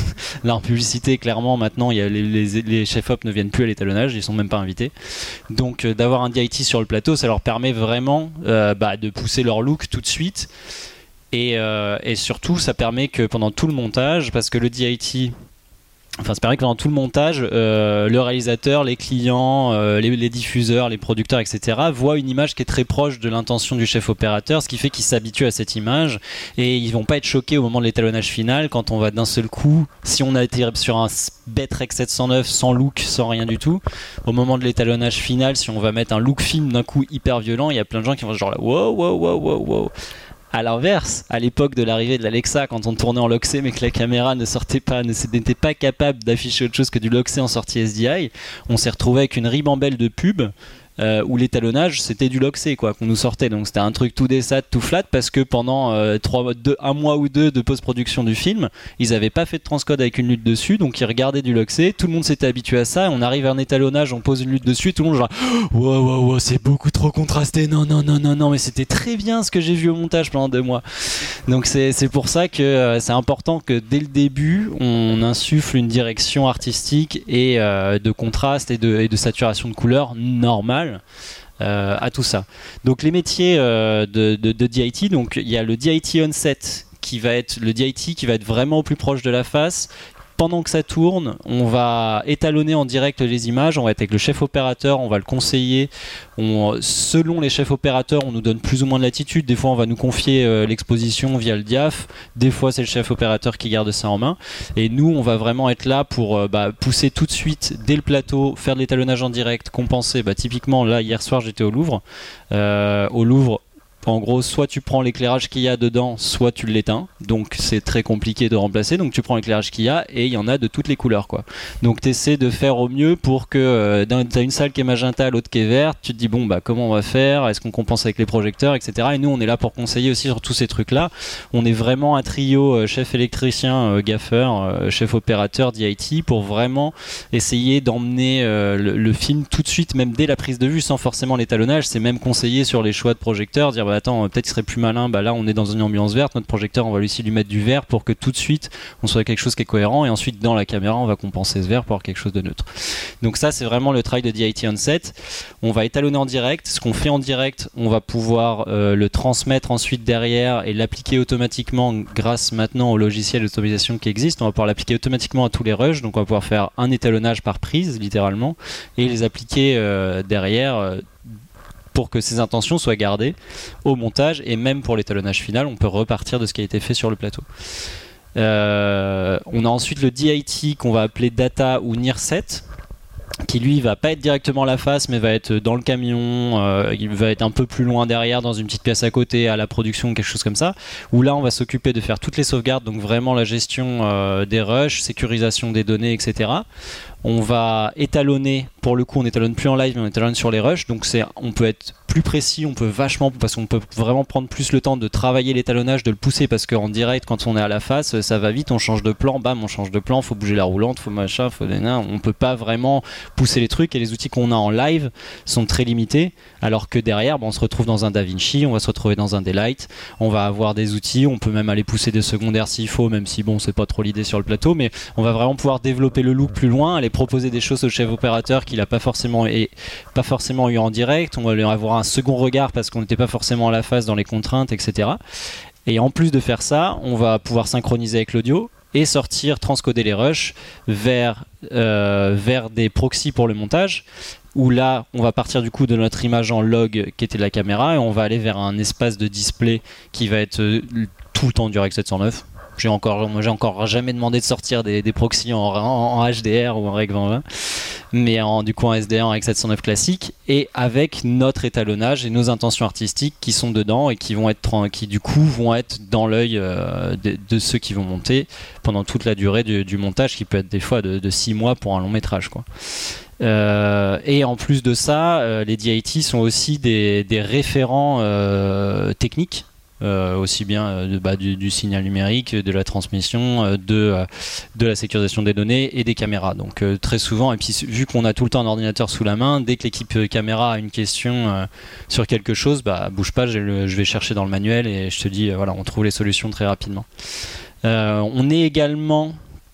Là en publicité, clairement maintenant, il y a les, les, les chefs op ne viennent plus à l'étalonnage, ils sont même pas invités. Donc euh, d'avoir un D I T sur le plateau, ça leur permet vraiment euh, bah, de pousser leur look tout de suite. Et, euh, et surtout, ça permet que pendant tout le montage, parce que le D I T, enfin, ça permet que pendant tout le montage, euh, le réalisateur, les clients, euh, les, les diffuseurs, les producteurs, et cetera, voient une image qui est très proche de l'intention du chef opérateur, ce qui fait qu'ils s'habituent à cette image et ils vont pas être choqués au moment de l'étalonnage final quand on va d'un seul coup, si on a été sur un Betrec sept cent neuf sans look, sans rien du tout, au moment de l'étalonnage final, si on va mettre un look film d'un coup hyper violent, il y a plein de gens qui vont se genre là, wow, wow, wow, wow, wow. À l'inverse, à l'époque de l'arrivée de l'Alexa, quand on tournait en lock-C mais que la caméra ne sortait pas, ne, n'était pas capable d'afficher autre chose que du lock-C en sortie S D I, on s'est retrouvé avec une ribambelle de pubs euh, où l'étalonnage c'était du lock-C quoi, qu'on nous sortait. Donc c'était un truc tout dessat, tout flat, parce que pendant euh, trois, deux, un mois ou deux de post-production du film, ils n'avaient pas fait de transcode avec une lutte dessus, donc ils regardaient du lock-C, tout le monde s'était habitué à ça, on arrive à un étalonnage, on pose une lutte dessus, tout le monde genre wow, wow, wow, c'est beaucoup trop contrasté, non, non, non, non, non, mais c'était très bien ce que j'ai vu au montage pendant deux mois. Donc c'est, c'est pour ça que euh, c'est important que dès le début, on insuffle une direction artistique et euh, de contraste et de, et de saturation de couleurs normale. Euh, à tout ça. Donc les métiers euh, de, de, de D I T, donc il y a le D I T on-set qui va être le D I T qui va être vraiment au plus proche de la face. Pendant que ça tourne, on va étalonner en direct les images, on va être avec le chef opérateur, on va le conseiller. On, selon les chefs opérateurs, on nous donne plus ou moins de latitude. Des fois, on va nous confier euh, l'exposition via le diaph. Des fois, c'est le chef opérateur qui garde ça en main. Et nous, on va vraiment être là pour euh, bah, pousser tout de suite, dès le plateau, faire de l'étalonnage en direct, compenser. Bah, typiquement, là, hier soir, j'étais au Louvre. Euh, au Louvre, en gros, soit tu prends l'éclairage qu'il y a dedans, soit tu l'éteins. Donc c'est très compliqué de remplacer. Donc tu prends l'éclairage qu'il y a et il y en a de toutes les couleurs, quoi. Donc tu essaies de faire au mieux pour que euh, tu as une salle qui est magenta, l'autre qui est verte. Tu te dis bon bah comment on va faire? Est-ce qu'on compense avec les projecteurs, et cetera. Et nous on est là pour conseiller aussi sur tous ces trucs-là. On est vraiment un trio euh, chef électricien, euh, gaffeur, euh, chef opérateur d'I I T pour vraiment essayer d'emmener euh, le, le film tout de suite, même dès la prise de vue, sans forcément l'étalonnage. C'est même conseiller sur les choix de projecteurs, dire bah, attends, peut-être qu'il serait plus malin, bah là on est dans une ambiance verte, notre projecteur on va aussi lui mettre du vert pour que tout de suite on soit quelque chose qui est cohérent, et ensuite dans la caméra on va compenser ce vert pour avoir quelque chose de neutre. Donc ça c'est vraiment le travail de D I T on set. On va étalonner en direct, ce qu'on fait en direct on va pouvoir euh, le transmettre ensuite derrière et l'appliquer automatiquement grâce maintenant au logiciel d'automatisation qui existe. On va pouvoir l'appliquer automatiquement à tous les rushs, donc on va pouvoir faire un étalonnage par prise littéralement et les appliquer euh, derrière euh, pour que ces intentions soient gardées au montage, et même pour l'étalonnage final, on peut repartir de ce qui a été fait sur le plateau. Euh, on a ensuite le D I T qu'on va appeler data ou near set, qui lui va pas être directement à la face mais va être dans le camion, euh, il va être un peu plus loin derrière dans une petite pièce à côté à la production, quelque chose comme ça, où là on va s'occuper de faire toutes les sauvegardes, donc vraiment la gestion euh, des rushs, sécurisation des données, et cetera. On va étalonner, pour le coup on étalonne plus en live mais on étalonne sur les rushs, donc c'est, on peut être plus précis, on peut vachement, parce qu'on peut vraiment prendre plus le temps de travailler l'étalonnage, de le pousser, parce qu'en direct quand on est à la face ça va vite, on change de plan, bam on change de plan, faut bouger la roulante, faut machin, faut des nains, on peut pas vraiment pousser les trucs, et les outils qu'on a en live sont très limités, alors que derrière bon, on se retrouve dans un DaVinci, on va se retrouver dans un Daylight, on va avoir des outils, on peut même aller pousser des secondaires s'il faut, même si bon c'est pas trop l'idée sur le plateau, mais on va vraiment pouvoir développer le look plus loin, aller proposer des choses au chef opérateur qu'il a pas forcément, et pas forcément eu en direct, on va lui avoir un second regard parce qu'on n'était pas forcément à la face dans les contraintes, et cetera. Et en plus de faire ça, on va pouvoir synchroniser avec l'audio et sortir, transcoder les rushs vers, euh, vers des proxys pour le montage, où là on va partir du coup de notre image en log qui était de la caméra et on va aller vers un espace de display qui va être euh, tout le temps du Rec sept cent neuf. J'ai encore, moi j'ai encore jamais demandé de sortir des, des proxys en, en, en H D R ou en Rec vingt vingt, mais en, du coup en S D R en Rec sept cent neuf classique, et avec notre étalonnage et nos intentions artistiques qui sont dedans et qui vont être, qui du coup vont être dans l'œil euh, de, de ceux qui vont monter pendant toute la durée du, du montage, qui peut être des fois de, de six mois pour un long métrage, quoi. Euh, et en plus de ça, euh, les D I T sont aussi des, des référents euh, techniques. Euh, aussi bien euh, bah, du, du signal numérique, de la transmission, euh, de, euh, de la sécurisation des données et des caméras. Donc euh, très souvent, et puis vu qu'on a tout le temps un ordinateur sous la main, dès que l'équipe euh, caméra a une question euh, sur quelque chose, bah bouge pas, le, je vais chercher dans le manuel et je te dis, euh, voilà, on trouve les solutions très rapidement. Euh, on est également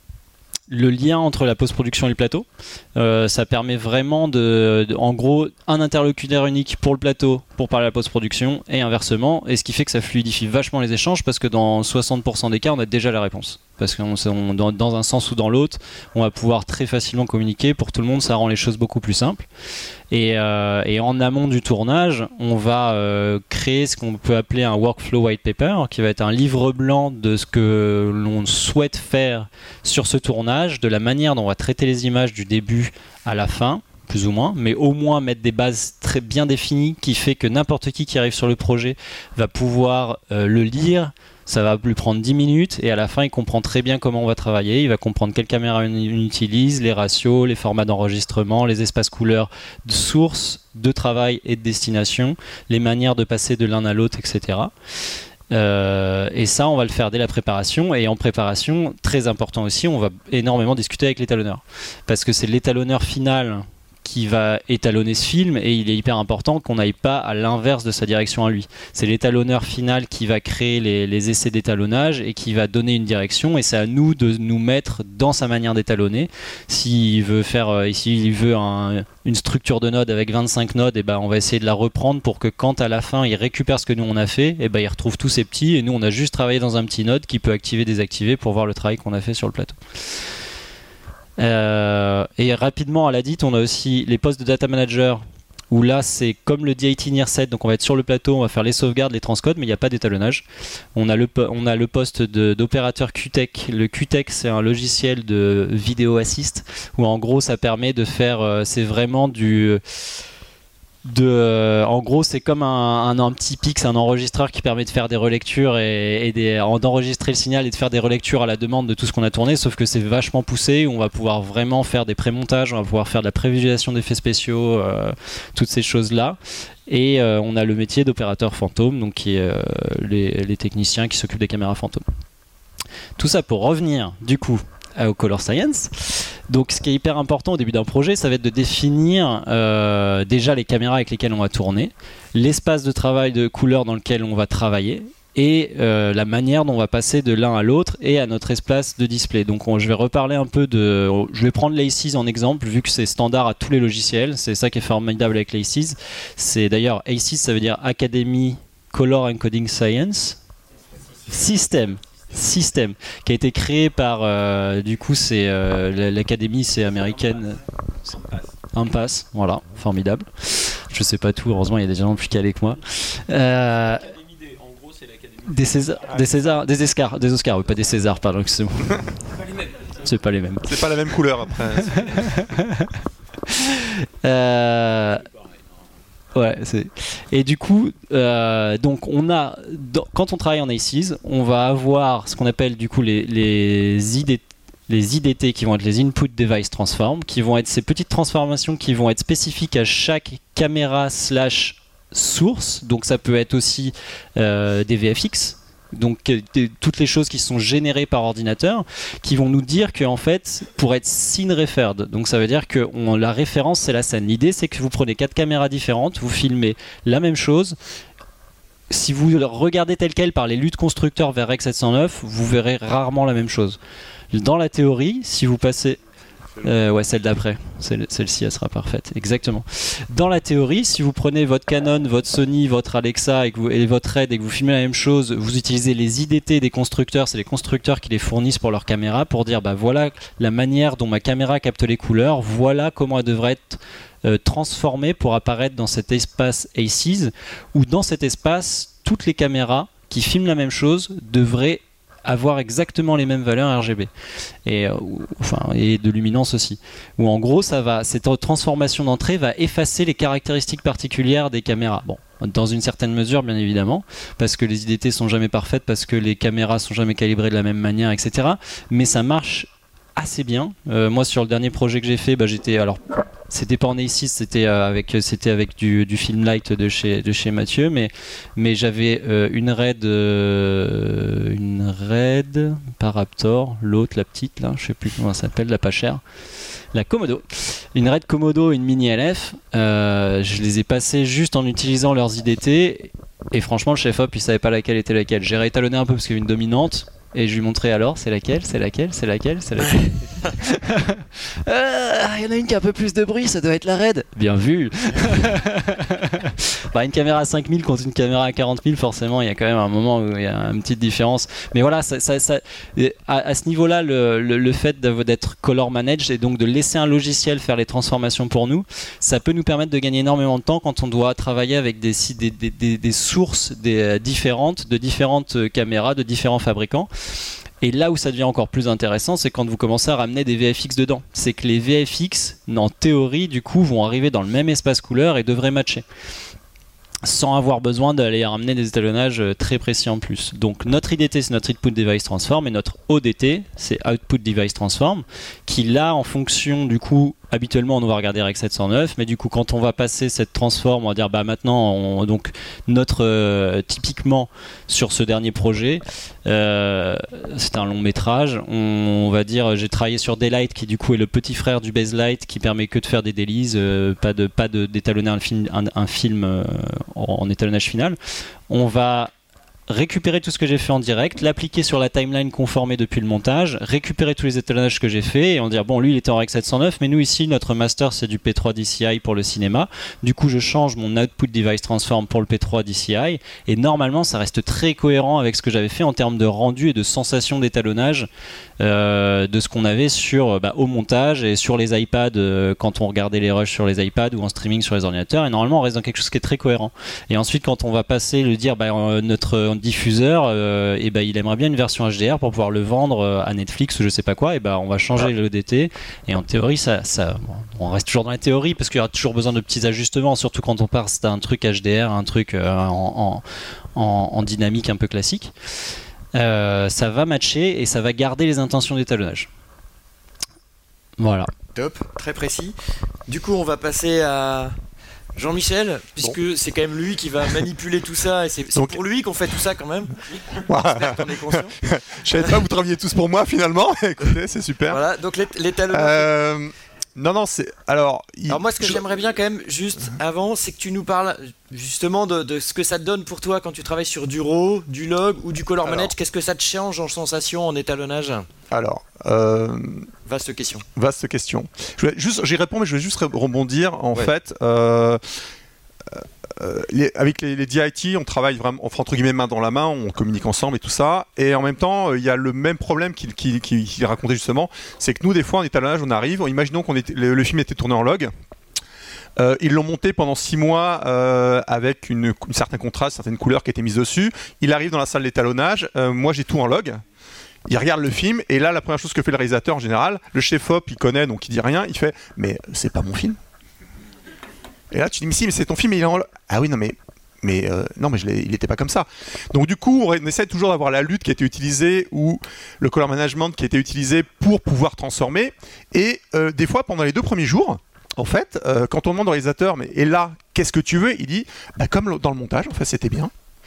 le lien entre la post-production et le plateau. Euh, ça permet vraiment de, de, en gros, un interlocuteur unique pour le plateau pour parler à la post-production et inversement, et ce qui fait que ça fluidifie vachement les échanges, parce que dans soixante pour cent des cas on a déjà la réponse, parce que on, dans, dans un sens ou dans l'autre on va pouvoir très facilement communiquer. Pour tout le monde ça rend les choses beaucoup plus simples, et, euh, et en amont du tournage on va euh, créer ce qu'on peut appeler un workflow white paper, qui va être un livre blanc de ce que l'on souhaite faire sur ce tournage, de la manière dont on va traiter les images du début à la fin, plus ou moins, mais au moins mettre des bases très bien définies, qui fait que n'importe qui qui arrive sur le projet va pouvoir euh, le lire. Ça va lui prendre dix minutes et à la fin il comprend très bien comment on va travailler, il va comprendre quelle caméra on utilise, les ratios, les formats d'enregistrement, les espaces couleurs de source, de travail et de destination, les manières de passer de l'un à l'autre, et cetera. Euh, et ça on va le faire dès la préparation, et en préparation, très important aussi, on va énormément discuter avec l'étalonneur, parce que c'est l'étalonneur final qui va étalonner ce film, et il est hyper important qu'on n'aille pas à l'inverse de sa direction à lui. C'est l'étalonneur final qui va créer les, les essais d'étalonnage et qui va donner une direction, et c'est à nous de nous mettre dans sa manière d'étalonner. S'il veut faire, euh, s'il veut un, une structure de nodes avec vingt-cinq nodes, et ben on va essayer de la reprendre pour que quand à la fin il récupère ce que nous on a fait, et ben il retrouve tous ses petits, et nous on a juste travaillé dans un petit node qui peut activer, désactiver pour voir le travail qu'on a fait sur le plateau. Euh, et rapidement à la dite, on a aussi les postes de data manager, où là c'est comme le D I T near set, donc on va être sur le plateau, on va faire les sauvegardes, les transcodes, mais il n'y a pas d'étalonnage. On a le, on a le poste de, d'opérateur Q T E C. Le Q T E C c'est un logiciel de vidéo assist, où en gros ça permet de faire, euh, c'est vraiment du... de, euh, en gros, c'est comme un, un, un petit Pix, un enregistreur qui permet de faire des relectures et, et des, d'enregistrer le signal et de faire des relectures à la demande de tout ce qu'on a tourné, sauf que c'est vachement poussé, où on va pouvoir vraiment faire des pré-montages, on va pouvoir faire de la prévisualisation d'effets spéciaux, euh, toutes ces choses-là. Et euh, on a le métier d'opérateur fantôme, donc qui est euh, les, les techniciens qui s'occupent des caméras fantômes. Tout ça pour revenir, du coup, au Color Science. Donc ce qui est hyper important au début d'un projet, ça va être de définir euh, déjà les caméras avec lesquelles on va tourner, l'espace de travail de couleur dans lequel on va travailler et euh, la manière dont on va passer de l'un à l'autre et à notre espace de display. Donc on, je vais reparler un peu de... Je vais prendre l'Aces en exemple, vu que c'est standard à tous les logiciels. C'est ça qui est formidable avec l'Aces. C'est d'ailleurs, Aces, ça veut dire Academy Color Encoding Science System. Système qui a été créé par euh, du coup c'est euh, l'académie, c'est américaine, Impasse, voilà, formidable. Je sais pas tout, heureusement il y a des gens plus calés que moi. Euh, des Césars, des Césars, des Oscars, des Oscars, oui, pas des Césars, pardon, excusez-moi. C'est pas les mêmes. C'est pas la même couleur après. euh, Ouais, c'est... Et du coup, euh, donc on a, dans, quand on travaille en Aces, on va avoir ce qu'on appelle du coup les, les, I D, les I D T qui vont être les Input Device Transform, qui vont être ces petites transformations qui vont être spécifiques à chaque caméra slash source. Donc ça peut être aussi euh, des V F X. Donc euh, toutes les choses qui sont générées par ordinateur, qui vont nous dire que en fait, pour être scene referred, donc ça veut dire que on, la référence c'est la scène. L'idée c'est que vous prenez quatre caméras différentes, vous filmez la même chose. Si vous regardez tel quel par les luttes constructeurs vers Rec sept cent neuf, vous verrez rarement la même chose. Dans la théorie, si vous passez... Euh, ouais, celle d'après. Celle, celle-ci, elle sera parfaite. Exactement. Dans la théorie, si vous prenez votre Canon, votre Sony, votre Alexa et, que vous, et votre Red et que vous filmez la même chose, vous utilisez les I D T des constructeurs. C'est les constructeurs qui les fournissent pour leur caméra pour dire bah voilà la manière dont ma caméra capte les couleurs. Voilà comment elle devrait être euh, transformée pour apparaître dans cet espace Aces, où dans cet espace, toutes les caméras qui filment la même chose devraient avoir exactement les mêmes valeurs R G B et, euh, enfin, et de luminance aussi, où en gros ça va, cette transformation d'entrée va effacer les caractéristiques particulières des caméras, bon, dans une certaine mesure bien évidemment, parce que les I D T sont jamais parfaites, parce que les caméras sont jamais calibrées de la même manière, etc. Mais ça marche assez bien. Euh, moi sur le dernier projet que j'ai fait, bah, j'étais alors c'était pas en Aces, c'était euh, avec c'était avec du, du film light de chez de chez Mathieu, mais mais j'avais euh, une Red euh, une Red par Raptor, l'autre la petite là, je sais plus comment elle s'appelle, la pas chère, la Komodo, une Red Komodo, une mini L F. Euh, je les ai passées juste en utilisant leurs I D T et franchement le chef op il savait pas laquelle était laquelle. J'ai réétalonné un peu parce qu'il y avait une dominante. Et je lui montrais alors, c'est laquelle, c'est laquelle, c'est laquelle, c'est laquelle. Il euh, y en a une qui a un peu plus de bruit, ça doit être la Red. Bien vu. Bah, une caméra à cinq mille contre une caméra à quarante mille, forcément, il y a quand même un moment où il y a une petite différence. Mais voilà, ça, ça, ça, à, à ce niveau-là, le, le, le fait d'être color managed et donc de laisser un logiciel faire les transformations pour nous, ça peut nous permettre de gagner énormément de temps quand on doit travailler avec des, des, des, des, des sources des, différentes, de différentes caméras, de différents fabricants. Et là où ça devient encore plus intéressant, c'est quand vous commencez à ramener des V F X dedans. C'est que les V F X, en théorie, du coup, vont arriver dans le même espace couleur et devraient matcher, sans avoir besoin d'aller ramener des étalonnages très précis en plus. Donc notre I D T c'est notre Input Device Transform et notre O D T c'est Output Device Transform, qui là en fonction du coup, habituellement on va regarder Rec sept cent neuf, mais du coup quand on va passer cette transform, on va dire bah maintenant on, donc notre euh, typiquement sur ce dernier projet, euh, c'est un long métrage, on, on va dire j'ai travaillé sur Daylight qui du coup est le petit frère du Baselight qui permet que de faire des dailies, euh, pas de pas de d'étalonner un film un, un film euh, en, en étalonnage final. On va récupérer tout ce que j'ai fait en direct, l'appliquer sur la timeline conformée depuis le montage, récupérer tous les étalonnages que j'ai fait et on dire bon lui il était en Rec sept cent neuf mais nous ici notre master c'est du P trois D C I pour le cinéma, du coup je change mon Output Device Transform pour le P trois D C I et normalement ça reste très cohérent avec ce que j'avais fait en termes de rendu et de sensation d'étalonnage euh, de ce qu'on avait sur bah, au montage et sur les iPads euh, quand on regardait les rushs sur les iPads ou en streaming sur les ordinateurs, et normalement on reste dans quelque chose qui est très cohérent. Et ensuite quand on va passer le dire bah, euh, notre un diffuseur, euh, et ben il aimerait bien une version H D R pour pouvoir le vendre euh, à Netflix ou je sais pas quoi. Et ben on va changer le D T. Et en théorie, ça, ça, bon, on reste toujours dans la théorie parce qu'il y aura toujours besoin de petits ajustements, surtout quand on passe d'un truc H D R à un truc euh, en, en, en, en dynamique un peu classique. Euh, ça va matcher et ça va garder les intentions d'étalonnage. Voilà. Top, très précis. Du coup, on va passer à Jean-Michel, puisque bon. c'est quand même lui qui va manipuler tout ça, et c'est, c'est Donc... pour lui qu'on fait tout ça quand même. J'espère qu'on est conscient. Je savais pas, vous travaillez tous pour moi finalement. Écoutez, c'est super. Voilà, donc l'étalonnage. Euh... Non, non, c'est. Alors, il... Alors moi, ce que je... j'aimerais bien quand même, juste avant, c'est que tu nous parles justement de, de ce que ça te donne pour toi quand tu travailles sur du RAW, du log ou du color manage. Alors... Qu'est-ce que ça te change en sensation, en étalonnage ? Alors. Euh... Vaste question. Vaste question. Je vais juste, j'y réponds, mais je vais juste rebondir. En ouais. fait. Euh... Euh, les, avec les, les D I T, on travaille vraiment, on fait entre guillemets main dans la main, on communique ensemble et tout ça. Et en même temps, il euh, y a le même problème qu'il, qu'il, qu'il, qu'il racontait justement, c'est que nous, des fois, en étalonnage, on arrive, imaginons que le, le film était tourné en log. Euh, ils l'ont monté pendant six mois euh, avec une, une certain contraste, certaines couleurs qui étaient mises dessus. Il arrive dans la salle d'étalonnage. Euh, moi, j'ai tout en log. Il regarde le film et là, la première chose que fait le réalisateur en général, le chef-op, il connaît, donc il dit rien. Il fait, mais c'est pas mon film. Et là, tu dis, mais si, mais c'est ton film, et il est en... Ah oui, non, mais, mais, euh, non, mais je il n'était pas comme ça. Donc, du coup, on essaie toujours d'avoir la lutte qui a été utilisée ou le color management qui a été utilisé pour pouvoir transformer. Et euh, des fois, pendant les deux premiers jours, en fait, euh, quand on demande au réalisateur, mais et là, qu'est-ce que tu veux ? Il dit, bah, comme dans le montage, en fait, c'était bien.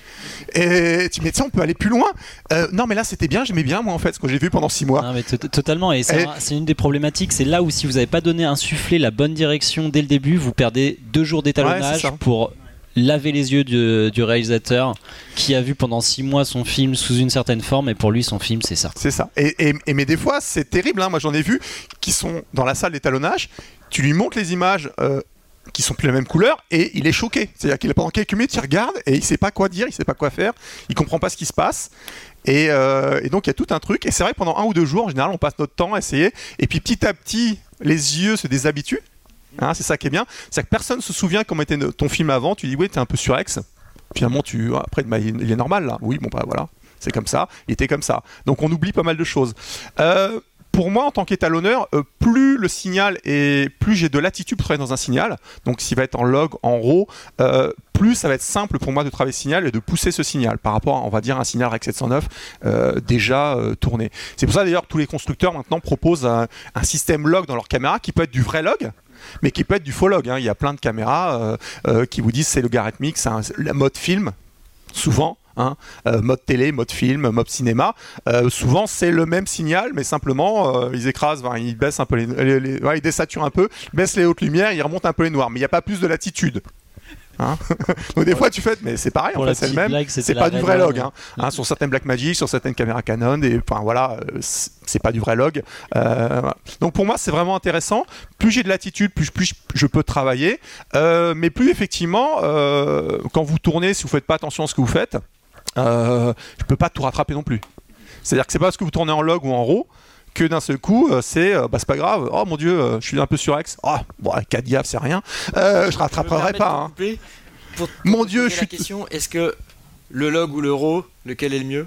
Et tu me dis, tiens, on peut aller plus loin. Euh, non, mais là, c'était bien, j'aimais bien, moi, en fait, ce que j'ai vu pendant six mois. Non, mais t- totalement. Et c'est, et... Un, c'est une des problématiques. C'est là où, si vous n'avez pas donné, insufflé la bonne direction dès le début, vous perdez deux jours d'étalonnage ouais, pour laver les yeux du, du réalisateur qui a vu pendant six mois son film sous une certaine forme. Et pour lui, son film, c'est ça. C'est ça. Et, et, et mais des fois, c'est terrible. Hein. Moi, j'en ai vu qui sont dans la salle d'étalonnage. Tu lui montres les images. Euh, qui sont plus la même couleur et il est choqué, c'est-à-dire qu'il pendant quelques minutes il regarde et il sait pas quoi dire, il sait pas quoi faire, il comprend pas ce qui se passe et, euh, et donc il y a tout un truc et c'est vrai que pendant un ou deux jours en général on passe notre temps à essayer et puis petit à petit les yeux se déshabituent, hein, c'est ça qui est bien, c'est que personne se souvient comment était ton film avant, tu dis oui t'es un peu surex, finalement tu après bah, il est normal là, oui bon bah voilà c'est comme ça, il était comme ça, donc on oublie pas mal de choses. Euh, Pour moi, en tant qu'étalonneur, euh, plus le signal est, plus j'ai de latitude pour travailler dans un signal, donc s'il va être en log, en RAW, euh, plus ça va être simple pour moi de travailler ce signal et de pousser ce signal par rapport à, on va dire, un signal Rec sept cent neuf euh, déjà euh, tourné. C'est pour ça d'ailleurs que tous les constructeurs maintenant proposent un, un système log dans leur caméra qui peut être du vrai log, mais qui peut être du faux log. Hein. Il y a plein de caméras euh, euh, qui vous disent c'est le Garrett-Mix, c'est un, la mode film, souvent. Hein, euh, mode télé, mode film, mode cinéma, euh, souvent c'est le même signal, mais simplement euh, ils écrasent, enfin, ils baissent un peu les, les, les ouais, ils désaturent un peu, baissent les hautes lumières, ils remontent un peu les noirs, mais il n'y a pas plus de latitude. Hein. Donc des fois tu fais, mais c'est pareil, en fait, c'est le même, blague, c'est pas du vrai log. Hein. Hein, sur certaines Blackmagic, sur certaines caméras Canon, et enfin voilà, c'est, c'est pas du vrai log. Euh, voilà. Donc pour moi c'est vraiment intéressant. Plus j'ai de latitude, plus, plus je peux travailler, euh, mais plus effectivement, euh, quand vous tournez, si vous faites pas attention à ce que vous faites. Euh, je peux pas tout rattraper non plus. C'est-à-dire que c'est pas parce que vous tournez en log ou en RAW que d'un seul coup euh, c'est euh, bah c'est pas grave. Oh mon dieu, euh, je suis un peu surex. Oh bon, quatre diables c'est rien. Euh, je rattraperai pas. Hein. Pour mon dieu, je la suis. Question, est-ce que le log ou le RAW, lequel est le mieux ?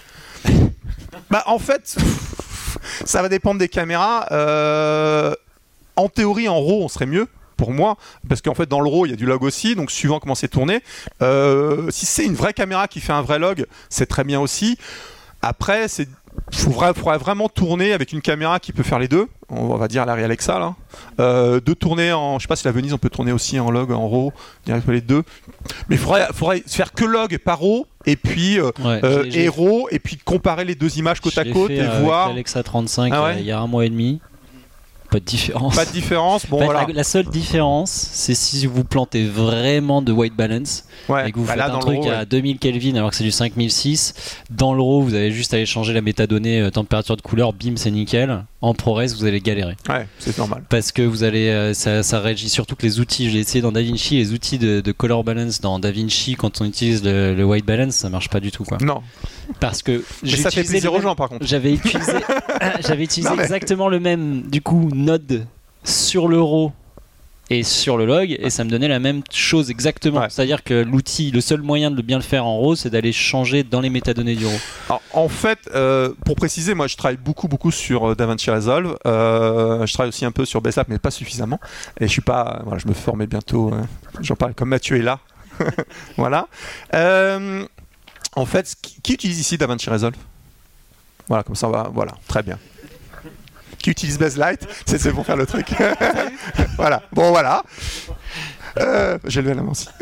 Bah en fait, ça va dépendre des caméras. Euh, en théorie, en RAW, on serait mieux. Pour moi, parce qu'en fait dans le RAW il y a du log aussi, donc suivant comment c'est tourné, euh, si c'est une vraie caméra qui fait un vrai log, c'est très bien aussi. Après, c'est il faudrait, faudrait vraiment tourner avec une caméra qui peut faire les deux, on va dire la Alexa là, euh, de tourner en, je sais pas si la Venise on peut tourner aussi en log, en RAW, les deux, mais il faudrait, faudrait faire que log par RAW et puis euh, ouais, euh, j'ai, j'ai... et RAW et puis comparer les deux images côte à côte et voir. Alexa trente-cinq ah ouais il y a un mois et demi. Pas de différence. Pas de différence. Bon, en fait, voilà. la, la seule différence, c'est si vous plantez vraiment de white balance ouais. et que vous bah faites là, un truc RAW, à ouais. deux mille Kelvin alors que c'est du cinq mille six. Dans le RAW, vous avez juste à aller changer la métadonnée euh, température de couleur, bim, c'est nickel. En ProRes, vous allez galérer. Ouais, c'est normal. Parce que vous allez, euh, ça, ça régit surtout que les outils. J'ai essayé dans DaVinci, les outils de, de color balance dans DaVinci quand on utilise le, le white balance, ça marche pas du tout quoi. Non. Parce que mais ça fait plaisir aux gens par contre. J'avais utilisé, j'avais utilisé non, mais... exactement le même du coup node sur le RAW et sur le log, et ça me donnait la même chose exactement. Ouais. C'est-à-dire que l'outil, le seul moyen de bien le faire en RAW, c'est d'aller changer dans les métadonnées du RAW. Alors, en fait, euh, pour préciser, moi je travaille beaucoup beaucoup sur euh, DaVinci Resolve. Euh, je travaille aussi un peu sur Basslab, mais pas suffisamment. Et je suis pas, voilà, je me formais bientôt. Euh, J'en parle comme Mathieu est là. Voilà. Euh, en fait, qui, qui utilise ici DaVinci Resolve? Voilà, comme ça on va. Voilà, très bien. Qui utilise Basslight? C'est c'est pour faire le truc. Voilà. Bon, voilà. Euh, J'ai levé la main aussi.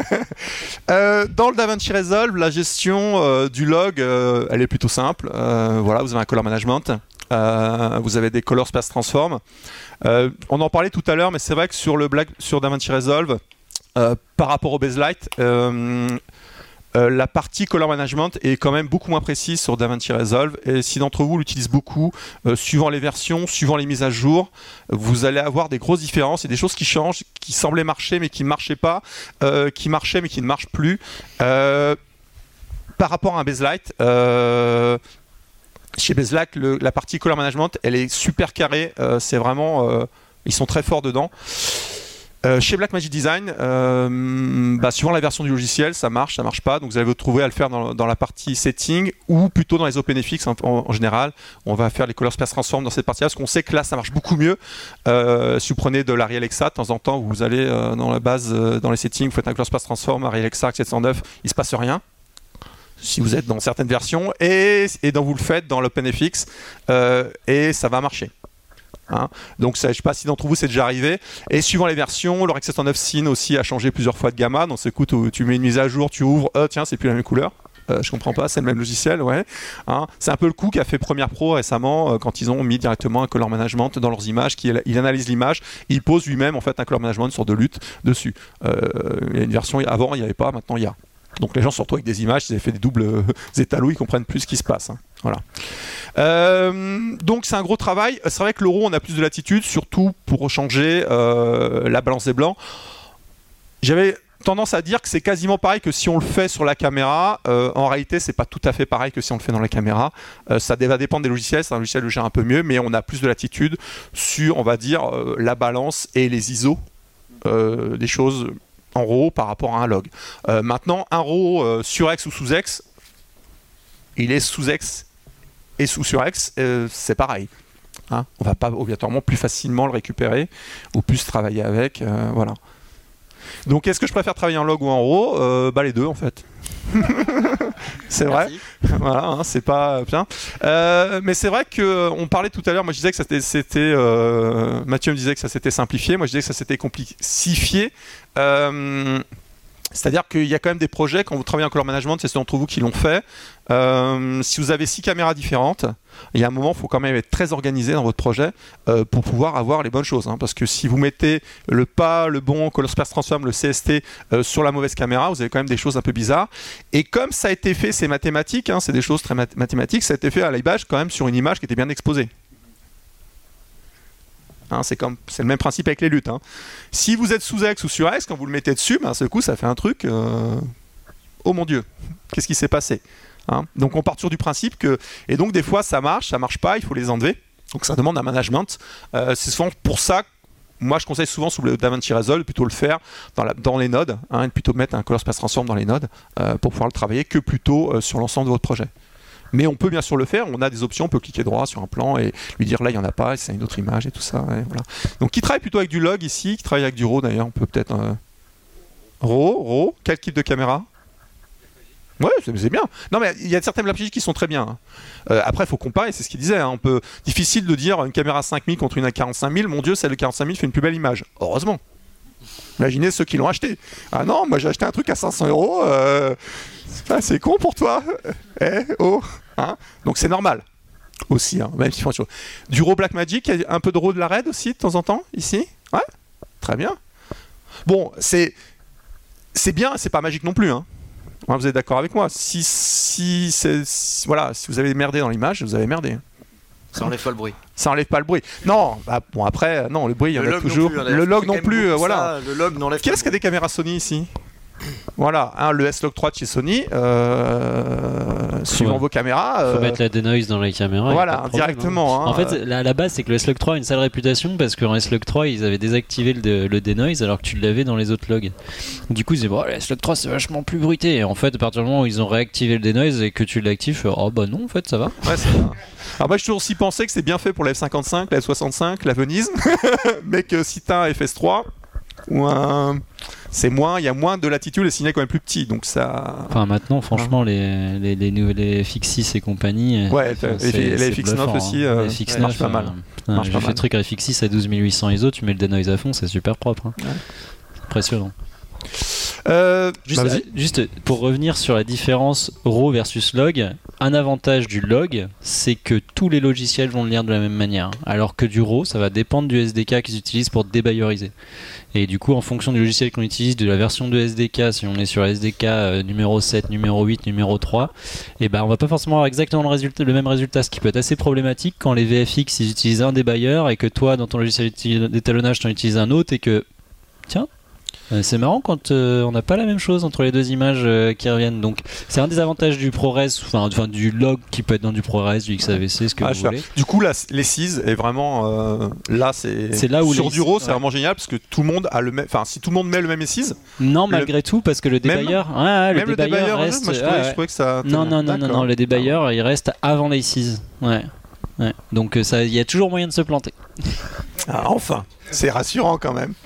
euh, dans le DaVinci Resolve, la gestion euh, du log, euh, elle est plutôt simple. Euh, voilà, vous avez un color management, euh, vous avez des color space transform. Euh, on en parlait tout à l'heure, mais c'est vrai que sur le Black, sur DaVinci Resolve, euh, par rapport au Basslight, euh, Euh, la partie color management est quand même beaucoup moins précise sur DaVinci Resolve, et si d'entre vous l'utilisent beaucoup, euh, suivant les versions, suivant les mises à jour, vous allez avoir des grosses différences et des choses qui changent, qui semblaient marcher mais qui ne marchaient pas, euh, qui marchaient mais qui ne marchent plus. Euh, par rapport à un Basslight, euh, chez Basslight, le, la partie color management, elle est super carrée, euh, c'est vraiment, euh, ils sont très forts dedans. Euh, chez Blackmagic Design, euh, bah, suivant la version du logiciel, ça marche, ça marche pas. Donc vous allez vous retrouver à le faire dans, dans la partie setting ou plutôt dans les OpenFX en, en, en général. On va faire les color space transform dans cette partie-là parce qu'on sait que là ça marche beaucoup mieux. Euh, si vous prenez de l'Ari Alexa, de temps en temps vous allez euh, dans la base, euh, dans les settings, vous faites un color space transform, Ari Alexa sept cent neuf, il se passe rien. Si vous êtes dans certaines versions et, et donc vous le faites dans l'OpenFX euh, et ça va marcher. Hein, donc ça, je ne sais pas si d'entre vous c'est déjà arrivé. Et suivant les versions, le Rec sept cent neuf Scene aussi a changé plusieurs fois de gamma. Donc c'est écoute, tu mets une mise à jour, tu ouvres, euh, tiens c'est plus la même couleur. Euh, je comprends pas, c'est le même logiciel, ouais. Hein, c'est un peu le coup qu'a fait Premiere Pro récemment euh, quand ils ont mis directement un color management dans leurs images, qui il analyse l'image, il pose lui-même en fait un color management sur de lutte dessus. Euh, il y a une version avant il n'y avait pas, maintenant il y a. Donc les gens se retrouvent avec des images, ils avaient fait des doubles euh, étalos, ils comprennent plus ce qui se passe. Hein. Voilà. Euh, donc c'est un gros travail. C'est vrai que l'euro, on a plus de latitude, surtout pour changer euh, la balance des blancs. J'avais tendance à dire que c'est quasiment pareil que si on le fait sur la caméra. Euh, en réalité, c'est pas tout à fait pareil que si on le fait dans la caméra. Euh, ça va dépendre des logiciels. C'est un logiciel le gère un peu mieux, mais on a plus de latitude sur, on va dire, euh, la balance et les I S O euh, des choses en RAW par rapport à un log. Euh, maintenant, un RAW euh, sur X ou sous X, il est sous X et sous sur X, euh, c'est pareil. Hein, on va pas obligatoirement plus facilement le récupérer ou plus travailler avec. Euh, voilà. Donc, est-ce que je préfère travailler en log ou en RAW? euh, Bah les deux en fait. C'est vrai. Voilà, hein, c'est pas bien. Euh, mais c'est vrai que on parlait tout à l'heure. Moi, je disais que ça c'était. c'était euh, Mathieu me disait que ça s'était simplifié. Moi, je disais que ça s'était complexifié. Euh, C'est-à-dire qu'il y a quand même des projets, quand vous travaillez en color management, c'est ceux d'entre vous qui l'ont fait. Euh, si vous avez six caméras différentes, il y a un moment, il faut quand même être très organisé dans votre projet euh, pour pouvoir avoir les bonnes choses. Hein, parce que si vous mettez le pas, le bon color space transform, le C S T euh, sur la mauvaise caméra, vous avez quand même des choses un peu bizarres. Et comme ça a été fait, c'est mathématique, hein, c'est des choses très mat- mathématiques, ça a été fait à l'image quand même sur une image qui était bien exposée. Hein, c'est, comme, c'est le même principe avec les luttes. Hein. Si vous êtes sous X ou sur X, quand vous le mettez dessus, ben, ce coup, ça fait un truc. Euh... Oh mon Dieu, qu'est-ce qui s'est passé? Hein, donc on part sur du principe que. Et donc des fois, ça marche, ça marche pas, il faut les enlever. Donc ça demande un management. Euh, c'est souvent pour ça que moi je conseille souvent sous le DaVinci Resolve plutôt le faire dans, la, dans les nodes, hein, et plutôt mettre un color space transform dans les nodes euh, pour pouvoir le travailler que plutôt euh, sur l'ensemble de votre projet. Mais on peut bien sûr le faire, on a des options, on peut cliquer droit sur un plan et lui dire là il n'y en a pas, c'est une autre image et tout ça. Et voilà. Donc qui travaille plutôt avec du log ici, qui travaille avec du RAW d'ailleurs, on peut peut-être... Euh... RAW, RAW, quel type de caméra? Ouais, c'est, c'est bien. Non mais il y a certaines Blackmagic qui sont très bien. Hein. Euh, après il faut comparer, c'est ce qu'il disait. Hein. On peut... Difficile de dire une caméra cinq mille contre une à quarante-cinq mille, mon Dieu, celle de quarante-cinq mille fait une plus belle image. Heureusement. Imaginez ceux qui l'ont acheté. Ah non, moi j'ai acheté un truc à cinq cents euros. Euh... Ah, c'est con pour toi. Eh, oh. Hein, donc c'est normal. Aussi, hein, même si faut... Du RAW Blackmagic, il y a un peu de RAW de la Red aussi de temps en temps, ici. Ouais, très bien. Bon, c'est c'est bien, c'est pas magique non plus. Hein. Ouais, vous êtes d'accord avec moi? Si, si, c'est, si, voilà, si vous avez merdé dans l'image, vous avez merdé. Ça enlève pas le bruit. Ça enlève pas le bruit. Non, bah, bon après, non, le bruit, il y en Le a log toujours. non plus, le log non plus, euh, voilà. Ça, le log n'enlève Qui pas est-ce qui a des caméras Sony ici? Voilà, hein, le S-Log trois de chez Sony, euh, suivant Ouais. vos caméras. Faut euh, mettre la denoise dans les caméras. y a Voilà, pas de problème, directement. hein. hein. En fait, la, la base, c'est que le S-Log trois a une sale réputation parce qu'en S-Log trois, ils avaient désactivé le, le denoise alors que tu l'avais dans les autres logs. Du coup, ils disaient, bon, le S-Log trois, c'est vachement plus bruité. Et en fait, à partir du moment où ils ont réactivé le denoise et que tu l'actives, oh bah non, en fait, ça va. Ouais, c'est bien. Alors moi, j'ai toujours aussi pensé que c'est bien fait pour la F cinquante-cinq, la F soixante-cinq, la Venise, mais que si t'as un F S trois ou un... c'est moins, il y a moins de latitude, le signal est quand même plus petit, donc ça. Enfin, maintenant, franchement, les, les, les, nouvelles- les F X six et compagnie. Ouais, enfin, les- c'est- les c'est F X neuf bluffant, aussi, hein. euh, Les F X ouais, neuf, marche pas mal. euh, putain, Marche J'ai pas fait mal. le truc à F X six à douze mille huit cents I S O, tu mets le denoise à fond, c'est super propre. Hein. C'est impressionnant. Euh, Juste, bah, vas-y. euh, juste pour revenir sur la différence RAW versus log, un avantage du log, c'est que tous les logiciels vont le lire de la même manière. Alors que du RAW, ça va dépendre du S D K qu'ils utilisent pour débayeriser. Et du coup, en fonction du logiciel qu'on utilise, de la version de S D K, si on est sur S D K euh, numéro sept, numéro huit, numéro trois, et ben on va pas forcément avoir exactement le, résultat, le même résultat, ce qui peut être assez problématique quand les V F X ils utilisent un débayeur et que toi, dans ton logiciel d'étalonnage, tu en utilises un autre et que, tiens, Euh, c'est marrant quand euh, on n'a pas la même chose entre les deux images euh, qui reviennent. Donc c'est un des avantages du ProRes, enfin, enfin du log qui peut être dans du ProRes, du X A V C, ce que Ah, vous je sais pas. voulez. Du coup, là, les six est vraiment euh, là, c'est C'est là où sur les du RAW, six, c'est ouais. vraiment génial parce que tout le monde a le même. Enfin, si tout le monde met le même six, Non, malgré tout, parce que le Même- débayeur, ouais, ouais, le même le débayeur débayeur, reste. moi je ouais, trouvais, ouais. je trouvais que ça. Non, non, non, non, D'accord. non, le débayeur il reste avant les six. Ouais. Ouais. Donc euh, ça, il y a toujours moyen de se planter. Ah, enfin, c'est rassurant quand même.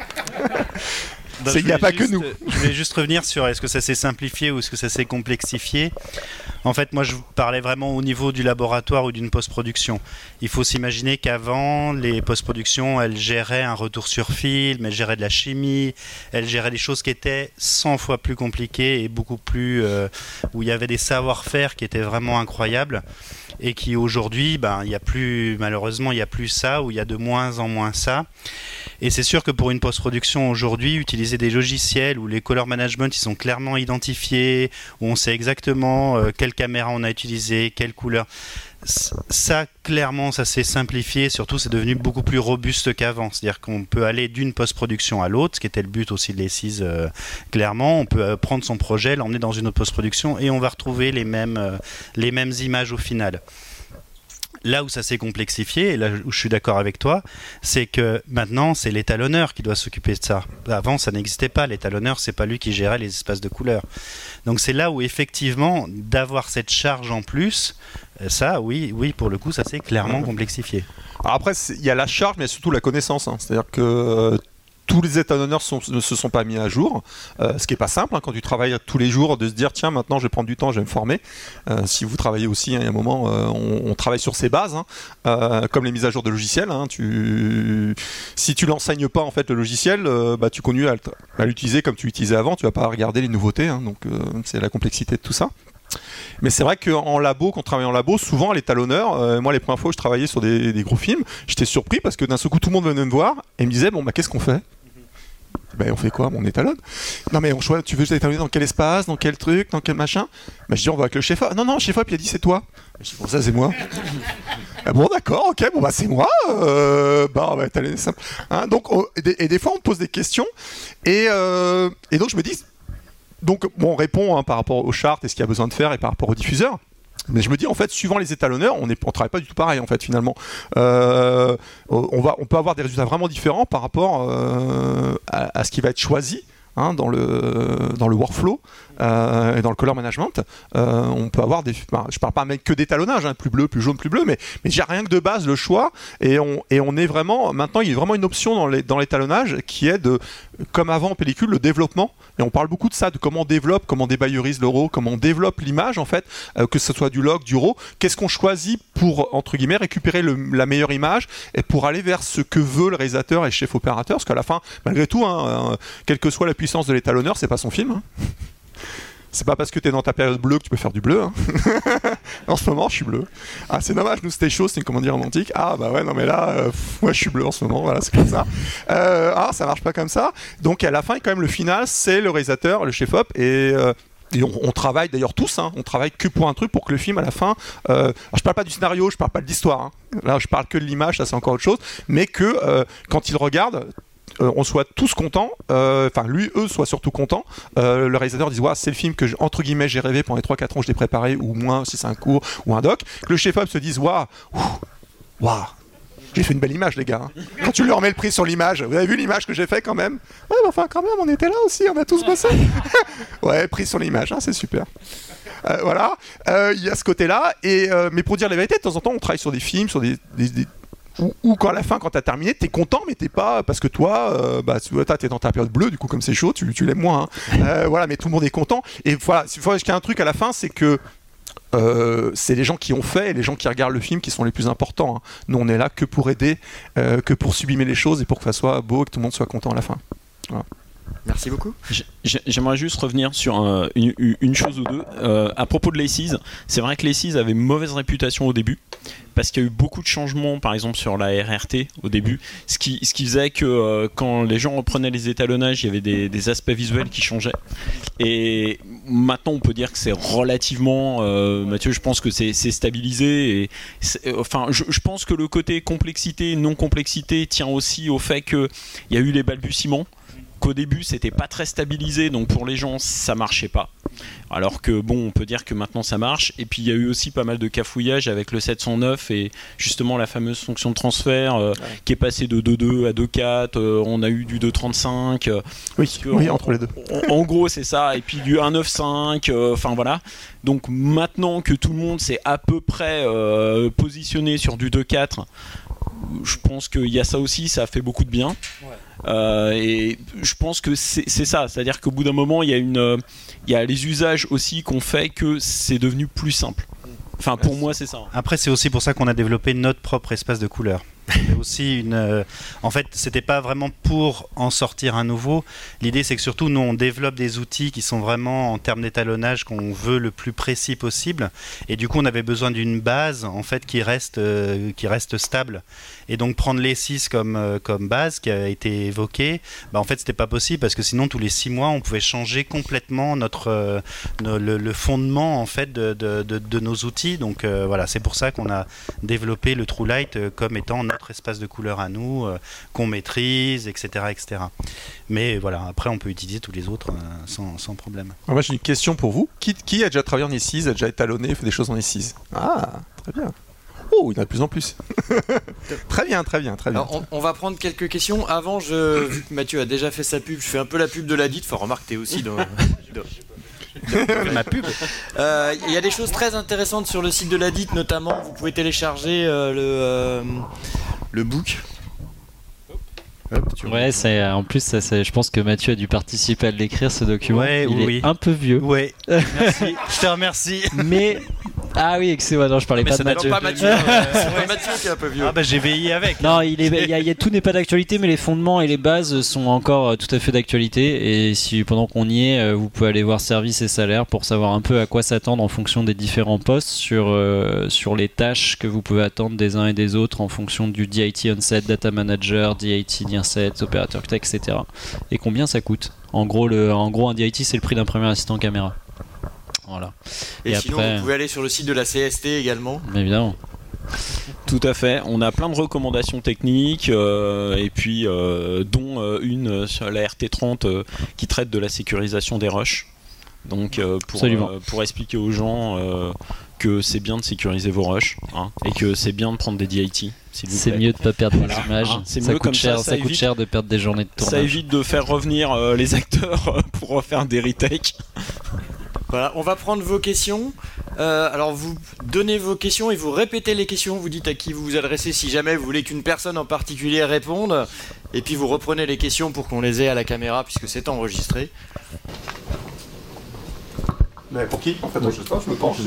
Bah, C'est je qu'il n'y a voulais pas que juste- nous. Je voulais juste revenir sur est-ce que ça s'est simplifié ou est-ce que ça s'est complexifié. En fait, moi, je vous parlais vraiment au niveau du laboratoire ou d'une post-production. Il faut s'imaginer qu'avant, les post-productions, elles géraient un retour sur film, elles géraient de la chimie, elles géraient des choses qui étaient cent fois plus compliquées et beaucoup plus... euh, où il y avait des savoir-faire qui étaient vraiment incroyables et qui aujourd'hui, ben, il y a plus, malheureusement, il n'y a plus ça, ou il y a de moins en moins ça. Et c'est sûr que pour une post-production aujourd'hui, utiliser des logiciels où les color management ils sont clairement identifiés, où on sait exactement euh, quelle caméra on a utilisé, quelle couleur, c- ça clairement ça s'est simplifié, surtout c'est devenu beaucoup plus robuste qu'avant. C'est-à-dire qu'on peut aller d'une post-production à l'autre, ce qui était le but aussi de l'E six euh, clairement, on peut euh, prendre son projet, l'emmener dans une autre post-production et on va retrouver les mêmes, euh, les mêmes images au final. Là où ça s'est complexifié, et là où je suis d'accord avec toi, c'est que maintenant c'est l'étalonneur qui doit s'occuper de ça. Avant ça n'existait pas, l'étalonneur c'est pas lui qui gérait les espaces de couleurs. Donc c'est là où effectivement d'avoir cette charge en plus, ça oui, oui pour le coup ça s'est clairement complexifié. Alors après, c'est- il y a la charge, mais surtout la connaissance. hein. C'est-à-dire que euh, tous les étalonneurs sont- ne se sont pas mis à jour, euh, ce qui n'est pas simple hein, quand tu travailles tous les jours, de se dire tiens, maintenant je vais prendre du temps, je vais me former. Euh, si vous travaillez aussi, hein, il y a un moment, euh, on, on travaille sur ces bases, hein, euh, comme les mises à jour de logiciels. hein, tu... Si tu l'enseignes pas en fait le logiciel, euh, bah, tu continues à, le- à l'utiliser comme tu l'utilisais avant, tu vas pas regarder les nouveautés. hein, donc euh, c'est la complexité de tout ça. Mais c'est vrai qu'en labo, quand on travaille en labo, souvent à l'étalonneur, euh, moi les premières fois où je travaillais sur des, des gros films, j'étais surpris parce que d'un seul coup tout le monde venait me voir et me disait bon bah qu'est-ce qu'on fait? Ben on fait quoi? On étalonne. Non mais on choisit, tu veux étalonner dans quel espace, dans quel truc, dans quel machin? Ben je dis on va avec le chef-op. Non non, le chef-op il a dit c'est toi. Je dis bon ça c'est moi. Ah bon d'accord, ok, bon bah c'est moi. Euh, bah on va étalonner ça. Hein, donc on- et, des, et des fois on me pose des questions et, euh, et donc je me dis donc bon, on répond hein, par rapport aux chartes et ce qu'il y a besoin de faire et par rapport aux diffuseurs. Mais je me dis en fait, suivant les étalonneurs, on ne on travaille pas du tout pareil en fait finalement. Euh, on, va, on peut avoir des résultats vraiment différents par rapport euh, à, à ce qui va être choisi. Hein, dans, le, dans le workflow euh, et dans le color management, euh, on peut avoir des. Ben, je parle pas même que d'étalonnage, hein, plus bleu, plus jaune, plus bleu, mais, mais j'ai rien que de base le choix et on, et on est vraiment. Maintenant, il y a vraiment une option dans, les, dans l'étalonnage qui est de, comme avant en pellicule, le développement. Et on parle beaucoup de ça, de comment on développe, comment on débayerise le RAW, comment on développe l'image en fait, euh, que ce soit du log, du RAW. Qu'est-ce qu'on choisit pour, entre guillemets, récupérer le, la meilleure image et pour aller vers ce que veut le réalisateur et le chef opérateur. Parce qu'à la fin, malgré tout, hein, euh, quelle que soit la puissance de l'étalonneur, c'est pas son film. Hein. C'est pas parce que t'es dans ta période bleue que tu peux faire du bleu. Hein. En ce moment, je suis bleu. Ah, c'est dommage, nous c'était chaud, c'est une comédie romantique. Ah, bah ouais, non, mais là, euh, pff, moi je suis bleu en ce moment, voilà, c'est comme ça. Euh, ah, ça marche pas comme ça. Donc à la fin, quand même, le final, c'est le réalisateur, le chef-op, et. Euh, Et on, on travaille d'ailleurs tous, hein, on travaille que pour un truc, pour que le film à la fin. Euh, alors je parle pas du scénario, je parle pas de l'histoire. Hein. Là, je parle que de l'image, ça c'est encore autre chose. Mais que euh, quand il regarde, euh, on soit tous contents, euh, enfin lui, eux soient surtout contents. Euh, le réalisateur dit ouais, c'est le film que je, entre guillemets j'ai rêvé pendant les trois quatre ans, je l'ai préparé, ou moins si c'est un cours ou un doc. Que le chef-op se dise waouh, waouh. J'ai fait une belle image, les gars. Quand tu leur mets le prix sur l'image, vous avez vu l'image que j'ai fait quand même? Ouais, mais enfin, quand même, on était là aussi, on a tous bossé. Ouais, prix sur l'image, hein, c'est super. Euh, voilà, il euh, y a ce côté-là. Et, euh, mais pour dire la vérité, de temps en temps, on travaille sur des films, sur des. des, des ou, ou quand à la fin, quand t'as terminé, t'es content, mais t'es pas. Parce que toi, euh, bah, tu t'es dans ta période bleue, du coup, comme c'est chaud, tu, tu l'aimes moins. Hein. Euh, voilà, mais tout le monde est content. Et voilà, il faut qu'il y ait un truc à la fin, c'est que. Euh, c'est les gens qui ont fait et les gens qui regardent le film qui sont les plus importants. Hein. Nous, on est là que pour aider, euh, que pour sublimer les choses et pour que ça soit beau et que tout le monde soit content à la fin. Voilà. Merci beaucoup. J'aimerais juste revenir sur euh, une, une chose ou deux. Euh, à propos de l'Aces, c'est vrai que l'Aces avait une mauvaise réputation au début, parce qu'il y a eu beaucoup de changements, par exemple sur la R R T au début, ce qui, ce qui faisait que euh, quand les gens reprenaient les étalonnages, il y avait des, des aspects visuels qui changeaient. Et maintenant, on peut dire que c'est relativement, euh, Mathieu, je pense que c'est stabilisé. Et enfin, je, je pense que le côté complexité, non-complexité tient aussi au fait qu'il y a eu les balbutiements. Qu'au début c'était pas très stabilisé, donc pour les gens ça marchait pas, alors que bon, on peut dire que maintenant ça marche. Et puis il y a eu aussi pas mal de cafouillage avec le sept cent neuf et justement la fameuse fonction de transfert euh, ouais. qui est passée de deux deux à deux quatre, euh, on a eu du deux trente-cinq, euh, oui, oui en, entre les deux en, en gros c'est ça, et puis du un neuf cinq, enfin euh, voilà. Donc maintenant que tout le monde s'est à peu près euh, positionné sur du deux quatre, je pense qu'il y a ça aussi, ça a fait beaucoup de bien. Ouais. Euh, et je pense que c'est ça, c'est-à-dire qu'au bout d'un moment, il y a une, euh, il y a les usages aussi qu'on fait que c'est devenu plus simple. Enfin, pour moi, c'est ça. Après, c'est aussi pour ça qu'on a développé notre propre espace de couleurs. C'était aussi une. Euh, en fait, c'était pas vraiment pour en sortir un nouveau. L'idée, c'est que surtout, nous, on développe des outils qui sont vraiment en termes d'étalonnage qu'on veut le plus précis possible. Et du coup, on avait besoin d'une base, en fait, qui reste, euh, qui reste stable. Et donc, prendre les six comme, euh, comme base, qui a été évoquée, bah, en fait, c'était pas possible parce que sinon, tous les six mois, on pouvait changer complètement notre, euh, no, le, le fondement, en fait, de, de, de, de nos outils. Donc, euh, voilà, c'est pour ça qu'on a développé le TrueLight euh, comme étant notre espace de couleur à nous, euh, qu'on maîtrise, et cetera, et cetera. Mais voilà, après on peut utiliser tous les autres euh, sans, sans problème. Alors moi j'ai une question pour vous. Qui, qui a déjà travaillé en E six, a déjà étalonné, fait des choses en E six? Ah, très bien. Oh, il y en a de plus en plus. Très bien, très bien, très bien. Alors, on, on va prendre quelques questions. Avant, je, vu que Mathieu a déjà fait sa pub, je fais un peu la pub de la D I T. Enfin, remarque, t'es aussi dans... dans... ma pub. Il euh, y a des choses très intéressantes sur le site de la D I T, notamment vous pouvez télécharger euh, le, euh, le book. Hop, ouais, c'est en plus, ça, je pense que Mathieu a dû participer à l'écrire ce document. Ouais, il oui. est un peu vieux. Ouais. Merci. Je te remercie. Mais ah oui, excusez-moi, non, je parlais mais pas de Mathieu. Pas Mathieu euh, c'est pas Mathieu qui est un peu vieux. Ah bah j'ai veillé avec. Non, il est, il y a, il y a, tout n'est pas d'actualité, mais les fondements et les bases sont encore tout à fait d'actualité. Et si pendant qu'on y est, vous pouvez aller voir services et salaires pour savoir un peu à quoi s'attendre en fonction des différents postes sur euh, sur les tâches que vous pouvez attendre des uns et des autres en fonction du D I T on-set, data manager, D I T on-set, opérateur tech, et cetera. Et combien ça coûte. En gros, le, en gros, un D I T c'est le prix d'un premier assistant caméra. Voilà. Et, et sinon, après, vous pouvez aller sur le site de la C S T également. Évidemment. Tout à fait. On a plein de recommandations techniques, euh, et puis euh, dont euh, une sur la R T trente euh, qui traite de la sécurisation des rushs. Donc euh, pour, euh, pour expliquer aux gens euh, que c'est bien de sécuriser vos rushs, hein, et que c'est bien de prendre des D I T. C'est mieux de ne pas perdre des voilà. images. Hein, ça mieux coûte, comme cher, ça, ça, ça évite, coûte cher de perdre des journées de tournage. Ça évite de faire revenir euh, les acteurs pour refaire des retakes. Voilà, on va prendre vos questions. Euh, alors vous donnez vos questions et vous répétez les questions. Vous dites à qui vous vous adressez si jamais vous voulez qu'une personne en particulier réponde. Et puis vous reprenez les questions pour qu'on les ait à la caméra puisque c'est enregistré. Mais pour qui? En fait, moi, je sais pas, je me penche.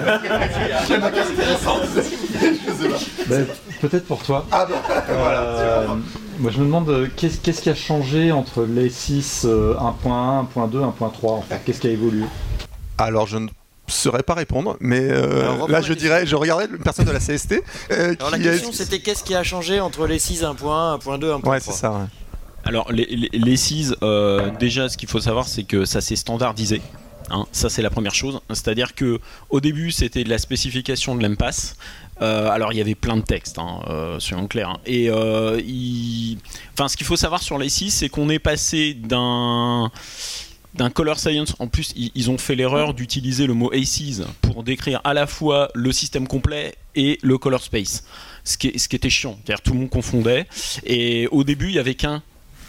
Ben, peut-être pour toi. Ah bon, voilà. Euh, moi, je me demande qu'est-ce qu'est-ce qui a changé entre les six euh, un point un, un point deux, un point trois en fait. Qu'est-ce qui a évolué? Alors, je ne saurais pas répondre, mais euh, Alors, là, je dirais, je regardais une personne de la C S T. Euh, Alors, qui la question, a... c'était qu'est-ce qui a changé entre les six un point un, un point deux, un point trois? Ouais, c'est ça, ouais. Alors, les, les, les six, euh, déjà, ce qu'il faut savoir, c'est que ça s'est standardisé. Hein, ça c'est la première chose, c'est-à-dire que au début c'était de la spécification de l'M P A S, Euh, alors il y avait plein de textes, hein, euh, soyons clairs. Hein. Et euh, il... enfin, ce qu'il faut savoir sur l'A six, c'est qu'on est passé d'un d'un color science. En plus, ils ont fait l'erreur d'utiliser le mot Aces pour décrire à la fois le système complet et le color space. Ce qui, est, ce qui était chiant, c'est-à-dire tout le monde confondait. Et au début, il y avait qu'un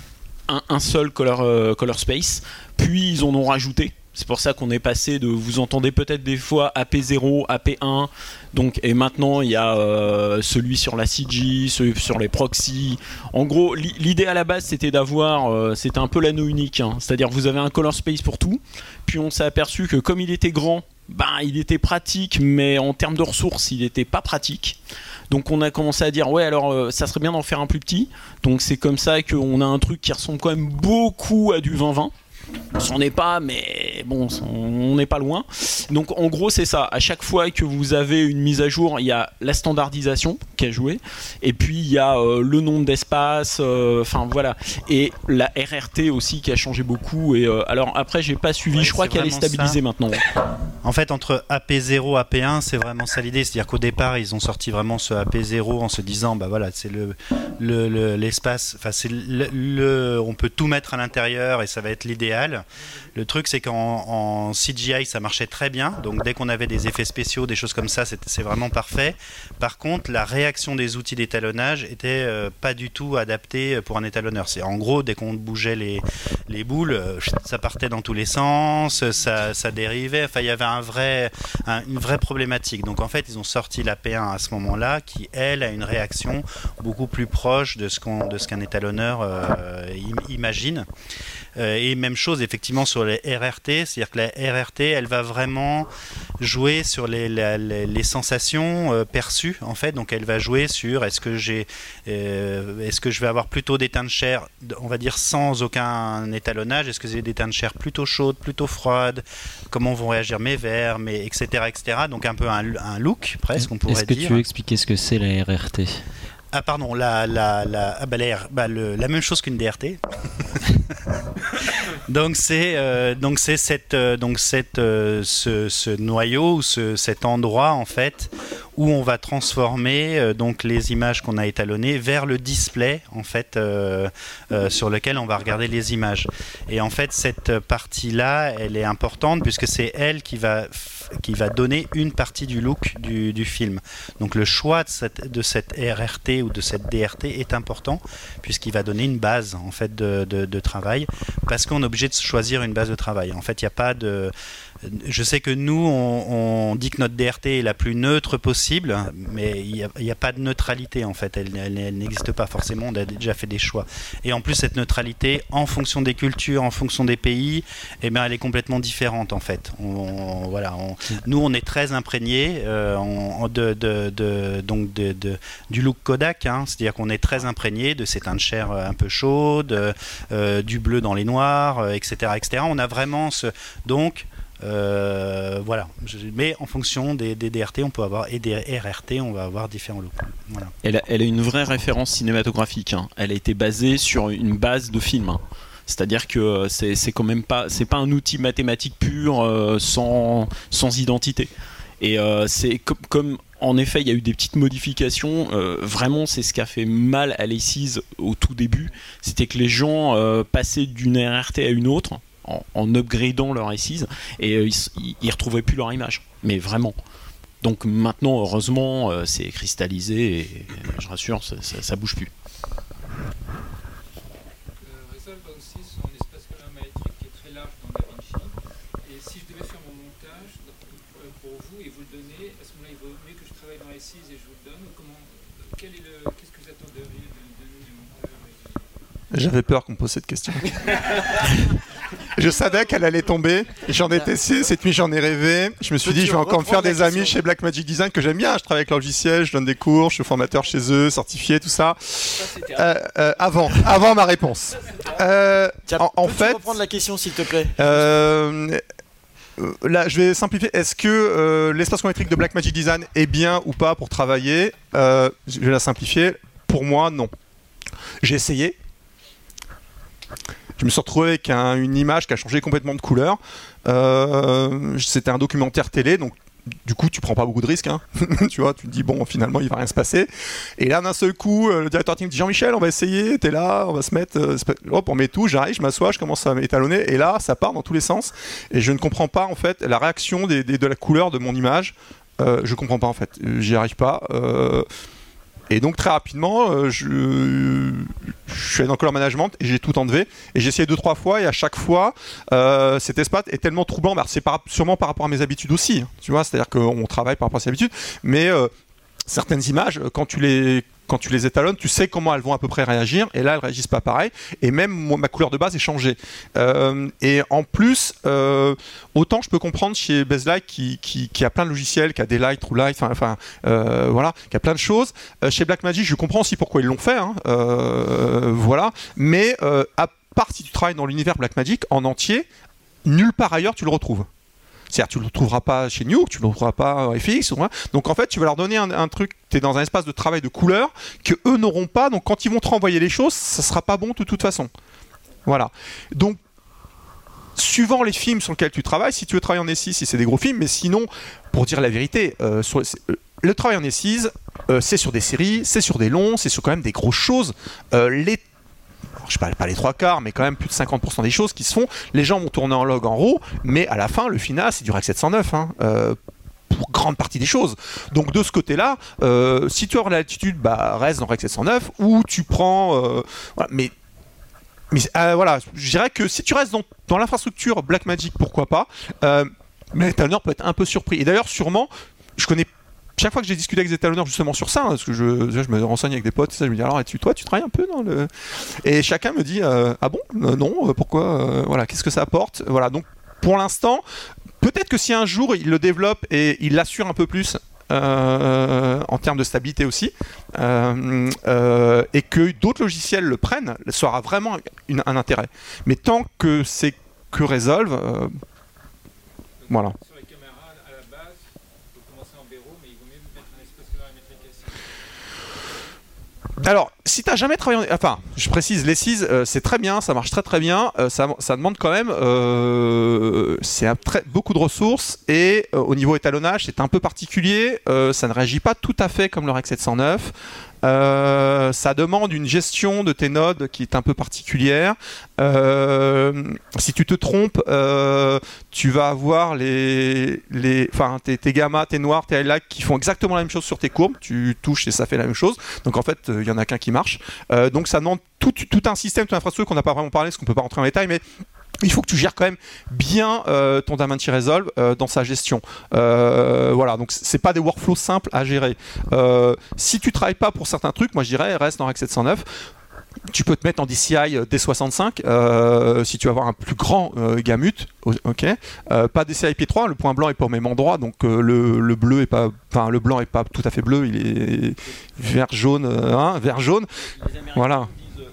un, un seul color, euh, color space. Puis ils en ont rajouté. C'est pour ça qu'on est passé de, vous entendez peut-être des fois A P zéro, A P un, donc, et maintenant il y a euh, celui sur la C G, celui sur les proxys. En gros, l'idée à la base c'était d'avoir, euh, c'était un peu l'anneau unique, hein. C'est-à-dire vous avez un color space pour tout, puis on s'est aperçu que comme il était grand, ben, il était pratique, mais en termes de ressources, il n'était pas pratique. Donc on a commencé à dire ouais alors euh, ça serait bien d'en faire un plus petit, donc c'est comme ça qu'on a un truc qui ressemble quand même beaucoup à du vingt vingt. C'en est pas, mais bon, on n'est pas loin. Donc en gros c'est ça, à chaque fois que vous avez une mise à jour, il y a la standardisation qui a joué, et puis il y a euh, le nombre d'espaces, enfin euh, voilà, et la R R T aussi qui a changé beaucoup. Et euh, alors après j'ai pas suivi, ouais, je crois qu'elle est stabilisée ça. Maintenant. En fait entre A P zéro et A P un c'est vraiment ça l'idée, c'est-à-dire qu'au départ ils ont sorti vraiment ce A P zéro en se disant bah voilà c'est le, le, le l'espace, enfin c'est le, le, on peut tout mettre à l'intérieur et ça va être l'idéal. Le truc c'est qu'en en C G I ça marchait très bien, donc dès qu'on avait des effets spéciaux, des choses comme ça, c'est, c'est vraiment parfait. Par contre la réaction des outils d'étalonnage était euh, pas du tout adaptée pour un étalonneur. C'est en gros dès qu'on bougeait les, les boules, euh, ça partait dans tous les sens, ça, ça dérivait, enfin il y avait un vrai, un, une vraie problématique. Donc en fait ils ont sorti l'A P un à ce moment-là qui elle a une réaction beaucoup plus proche de ce, qu'on, de ce qu'un étalonneur euh, imagine. Euh, et même chose effectivement sur les R R T, c'est-à-dire que la R R T elle va vraiment jouer sur les, les, les sensations euh, perçues en fait, donc elle va jouer sur est-ce que j'ai euh, est-ce que je vais avoir plutôt des teintes de chair on va dire sans aucun étalonnage, est-ce que j'ai des teintes de chair plutôt chaudes, plutôt froides, comment vont réagir mes verres, mais etc etc, donc un peu un, un look presque on pourrait dire. Est-ce que dire. Tu veux expliquer ce que c'est la R R T? Ah pardon, la, la, la, ah bah, la, bah, le, la même chose qu'une D R T. donc c'est euh, donc c'est cette euh, donc cette euh, ce, ce noyau, ce, cet endroit en fait où on va transformer euh, donc les images qu'on a étalonnées vers le display en fait euh, euh, sur lequel on va regarder les images. Et en fait cette partie là, elle est importante puisque c'est elle qui va qui va donner une partie du look du, du film. Donc le choix de cette, de cette R R T ou de cette D R T est important puisqu'il va donner une base en fait de, de, de travail, parce qu'on est obligé de choisir une base de travail. En fait, il n'y a pas de... Je sais que nous, on, on dit que notre D R T est la plus neutre possible, mais il n'y a, a pas de neutralité en fait, elle, elle, elle n'existe pas forcément, on a déjà fait des choix. Et en plus, cette neutralité, en fonction des cultures, en fonction des pays, eh bien, elle est complètement différente en fait. On, on, voilà, on, nous, on est très imprégnés euh, de, de, de, donc de, de, du look Kodak, hein, c'est-à-dire qu'on est très imprégné de ces teintes de chair un peu chaudes, euh, du bleu dans les noirs, et cetera, et cetera. On a vraiment ce... Donc, Euh, voilà, mais en fonction des, des D R T on peut avoir et des R R T on va avoir différents looks. Voilà. Elle a, elle a une vraie référence cinématographique, hein. Elle a été basée sur une base de film, hein. C'est-à-dire que c'est, c'est quand même pas, c'est pas un outil mathématique pur euh, sans, sans identité. Et euh, c'est comme, comme en effet il y a eu des petites modifications, euh, vraiment c'est ce qui a fait mal à l'A six au tout début, c'était que les gens euh, passaient d'une R R T à une autre en, en upgradant leur A six et euh, ils, ils retrouvaient plus leur image, mais vraiment. Donc maintenant heureusement euh, c'est cristallisé et je rassure ça, ça, ça bouge plus. Resolve a aussi son espace colorimétrique qui est très large dans DaVinci, et si je devais faire mon montage pour vous et vous le donner, à ce moment-là il vaut mieux que je travaille dans A six et je vous le donne, ou comment, quel est le, qu'est-ce que vous attenderiez de, de nous les monteurs? J'avais peur qu'on me pose cette question. Je savais qu'elle allait tomber. J'en étais cette nuit, j'en ai rêvé. Je me suis dit, je vais encore me faire des amis chez Blackmagic Design que j'aime bien. Je travaille avec leur logiciel, je donne des cours, je suis formateur chez eux, certifié, tout ça. Euh, euh, avant, avant ma réponse. Euh, Tiens, en, en peux-tu fait, reprendre la question, s'il te plaît. Euh, là, je vais simplifier. Est-ce que euh, l'espace colorimétrique de Blackmagic Design est bien ou pas pour travailler? euh, Je vais la simplifier. Pour moi, non. J'ai essayé. Je me suis retrouvé avec un, une image qui a changé complètement de couleur. Euh, c'était un documentaire télé, donc du coup, tu prends pas beaucoup de risques, hein. Tu vois, tu te dis bon, finalement, il va rien se passer. Et là, d'un seul coup, le directeur technique me dit Jean-Michel, on va essayer. T'es là, on va se mettre, euh, hop, on met tout. J'arrive, je m'assois, je commence à m'étalonner, et là, ça part dans tous les sens. Et je ne comprends pas en fait la réaction des, des, de la couleur de mon image. Euh, je comprends pas en fait, j'y arrive pas. Euh, Et donc très rapidement, euh, je, je suis allé dans le color management et j'ai tout enlevé. Et j'ai essayé deux trois fois et à chaque fois, euh, cet espace est tellement troublant. Bah, c'est par, sûrement par rapport à mes habitudes aussi. Tu vois, c'est-à-dire qu'on travaille par rapport à ses habitudes. Mais euh, certaines images, quand tu les quand tu les étalonnes, tu sais comment elles vont à peu près réagir. Et là, elles réagissent pas pareil. Et même moi, ma couleur de base est changée. Euh, et en plus, euh, autant je peux comprendre chez Bezlight qui, qui, qui a plein de logiciels, qui a des light, true light, enfin euh, voilà, qui a plein de choses. Euh, chez Blackmagic, je comprends aussi pourquoi ils l'ont fait. Hein, euh, voilà. Mais euh, à part si tu travailles dans l'univers Blackmagic en entier, nulle part ailleurs tu le retrouves. C'est-à-dire tu ne le retrouveras pas chez Nuke, tu ne le retrouveras pas F X. Donc en fait, tu vas leur donner un, un truc, tu es dans un espace de travail de couleur que eux n'auront pas. Donc quand ils vont te renvoyer les choses, ça ne sera pas bon de toute façon. Voilà. Donc, suivant les films sur lesquels tu travailles, si tu veux travailler en S six, si c'est des gros films, mais sinon, pour dire la vérité, euh, sur, euh, le travail en S six, euh, c'est sur des séries, c'est sur des longs, c'est sur quand même des grosses choses. Euh, les je ne parle pas les trois quarts, mais quand même plus de cinquante pour cent des choses qui se font. Les gens vont tourner en log, en RAW, mais à la fin, le final, c'est du Rec sept cent neuf. Hein, euh, pour grande partie des choses. Donc de ce côté-là, euh, si tu as l'altitude, bah, reste dans Rec sept cent neuf, ou tu prends... Euh, voilà, mais mais euh, voilà, je dirais que si tu restes dans, dans l'infrastructure Blackmagic, pourquoi pas, euh, mais l'étalonneur peut être un peu surpris. Et d'ailleurs, sûrement, je connais... Chaque fois que j'ai discuté avec des étalonneurs justement sur ça, hein, parce que je, je me renseigne avec des potes, ça, je me dis alors, tu, toi, tu travailles un peu dans le... Et chacun me dit, euh, ah bon, euh, non, euh, pourquoi, euh, voilà, qu'est-ce que ça apporte, voilà. Donc, pour l'instant, peut-être que si un jour il le développe et il l'assure un peu plus euh, en termes de stabilité aussi, euh, euh, et que d'autres logiciels le prennent, ça aura vraiment une, un intérêt. Mais tant que c'est que Resolve, euh, voilà. Alors, si tu n'as jamais travaillé en... Enfin, je précise, les six, euh, c'est très bien, ça marche très très bien, euh, ça, ça demande quand même euh, c'est un très, beaucoup de ressources et euh, au niveau étalonnage, c'est un peu particulier, euh, ça ne réagit pas tout à fait comme le Rec sept cent neuf. Euh, ça demande une gestion de tes nodes qui est un peu particulière. Euh, si tu te trompes, euh, tu vas avoir les, les, enfin, tes, tes gammas, tes noirs, tes highlights qui font exactement la même chose sur tes courbes. Tu touches et ça fait la même chose. Donc en fait, il euh, y en a qu'un qui marche. Euh, donc ça demande tout, tout un système, toute une infrastructure qu'on n'a pas vraiment parlé, parce qu'on peut pas rentrer en détail, mais il faut que tu gères quand même bien euh, ton DaVinci Resolve euh, dans sa gestion. Euh, voilà, donc c'est pas des workflows simples à gérer. Euh, si tu travailles pas pour certains trucs, moi je dirais reste dans Rec sept cent neuf. Tu peux te mettre en D C I D soixante-cinq euh, si tu veux avoir un plus grand euh, gamut, ok. Euh, pas D C I P trois, le point blanc est pas au même endroit, donc euh, le, le bleu est pas, enfin le blanc est pas tout à fait bleu, il est vert jaune, euh, hein, vert jaune. Voilà.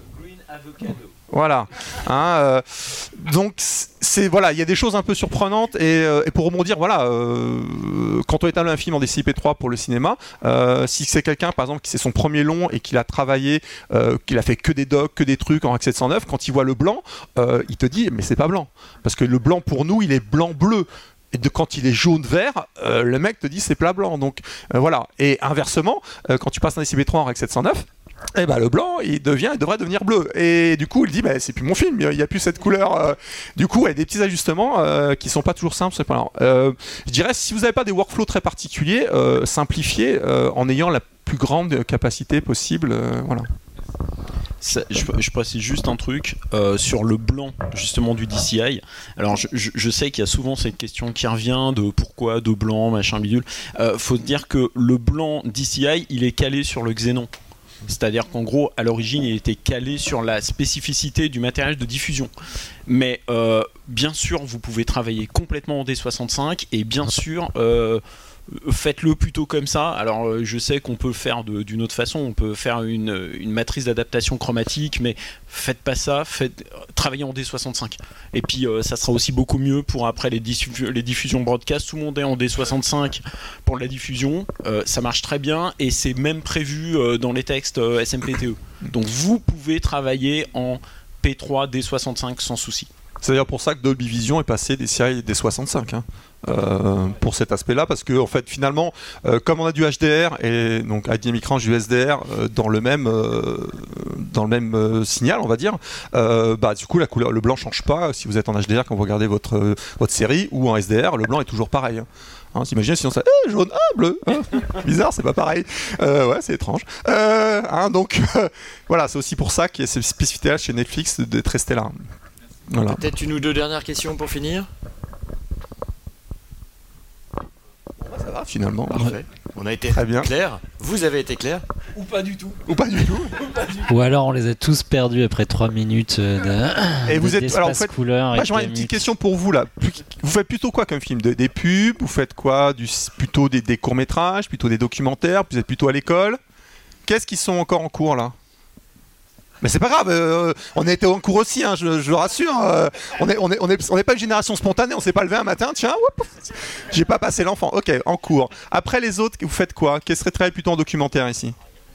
Voilà. Hein, euh, donc c'est voilà, il y a des choses un peu surprenantes et, euh, et pour rebondir, voilà, euh, quand on étalonne un film en D C I P trois pour le cinéma, euh, si c'est quelqu'un par exemple qui c'est son premier long et qu'il a travaillé, euh, qu'il a fait que des docs, que des trucs en Rec sept cent neuf, quand il voit le blanc, euh, il te dit mais c'est pas blanc, parce que le blanc pour nous il est blanc bleu. Et de, quand il est jaune-vert, euh, le mec te dit c'est plat blanc. Donc euh, voilà. Et inversement, euh, quand tu passes un D C I P trois en Rec sept cent neuf, eh ben, le blanc il devient, il devrait devenir bleu. Et du coup, il dit bah, c'est plus mon film, il n'y a plus cette couleur. Euh, du coup, il y a des petits ajustements euh, qui sont pas toujours simples. C'est pas euh, je dirais si vous n'avez pas des workflows très particuliers, euh, simplifiez euh, en ayant la plus grande capacité possible. Euh, voilà. Ça, je, je précise juste un truc euh, sur le blanc justement du D C I. Alors je, je, je sais qu'il y a souvent cette question qui revient de pourquoi de blanc machin bidule. Euh, faut dire que le blanc D C I il est calé sur le xénon. C'est-à-dire qu'en gros, à l'origine, il était calé sur la spécificité du matériel de diffusion. Mais euh, bien sûr, vous pouvez travailler complètement en D soixante-cinq et bien sûr, euh, faites-le plutôt comme ça. Alors, je sais qu'on peut le faire de, d'une autre façon. On peut faire une, une matrice d'adaptation chromatique, mais faites pas ça. Faites, travaillez en D soixante-cinq. Et puis, euh, ça sera aussi beaucoup mieux pour après les, diffu- les diffusions broadcast. Tout le monde est en D soixante-cinq pour la diffusion. Euh, ça marche très bien et c'est même prévu euh, dans les textes euh, S M P T E. Donc, vous pouvez travailler en P trois D soixante-cinq sans souci. C'est d'ailleurs pour ça que Dolby Vision est passé des séries des soixante-cinq, hein, euh, pour cet aspect-là, parce que en fait, finalement, euh, comme on a du H D R et donc H D M I écran, du S D R euh, dans le même euh, dans le même euh, signal, on va dire, euh, bah du coup la couleur, le blanc change pas si vous êtes en H D R quand vous regardez votre euh, votre série, ou en S D R, le blanc est toujours pareil. Hein. Hein, t'imagines sinon ça eh, jaune, ah bleu, hein, bizarre, c'est pas pareil. Euh, ouais, c'est étrange. Euh, hein, donc euh, voilà, c'est aussi pour ça qu'il y a cette spécificité chez Netflix d'être resté là. Voilà. Peut-être une ou deux dernières questions pour finir. Bon, bah, ça va finalement. Parfait. On a été très bien clair. Vous avez été clair. Ou pas du tout. Ou pas du tout. Ou alors on les a tous perdus après trois minutes de. Et vous êtes alors en fait. Couleur Moi j'aurais une petite question pour vous là. Vous faites plutôt quoi comme film? de, Des pubs? Vous faites quoi du, plutôt des, des courts métrages? Plutôt des documentaires? Vous êtes plutôt à l'école? Qu'est-ce qui sont encore en cours là? Mais c'est pas grave, euh, on a été en cours aussi, hein, je, je rassure. Euh, on est, on est, on est, on est pas une génération spontanée, on s'est pas levé un matin, tiens, whoop, j'ai pas passé l'enfant. Ok, en cours. Après les autres, vous faites quoi? Qu'est-ce serait très plutôt en documentaire ici?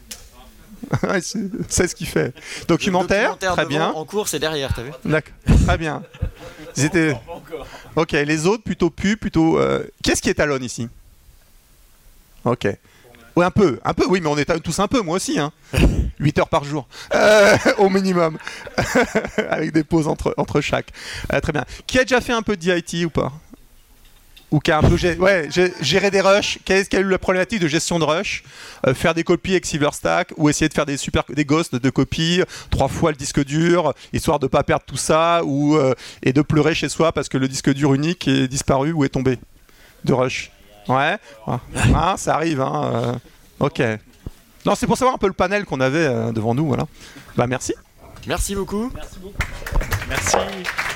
C'est ce qu'il fait. Documentaire, documentaire très devant, bien. En cours, c'est derrière, t'as vu? D'accord, très bien. Ils étaient. Ok, les autres plutôt pu, plutôt. Euh... Qu'est-ce qui étalonne ici? Ok. Oui, un peu, un peu, oui, mais on est tous un peu, moi aussi, hein. huit heures par jour, euh, au minimum, avec des pauses entre, entre chaque. Euh, très bien. Qui a déjà fait un peu de D I T ou pas? Ou qui a un peu géré, ouais, gérer des rushs? Quelle est la problématique de gestion de rush? euh, Faire des copies avec Silverstack, ou essayer de faire des super des ghosts de copies, trois fois le disque dur, histoire de ne pas perdre tout ça, ou, euh, et de pleurer chez soi parce que le disque dur unique est disparu ou est tombé de rush. Ouais, ah, ça arrive, hein. Euh, ok. Non, c'est pour savoir un peu le panel qu'on avait euh, devant nous, voilà. Bah merci. Merci beaucoup. Merci beaucoup. Merci.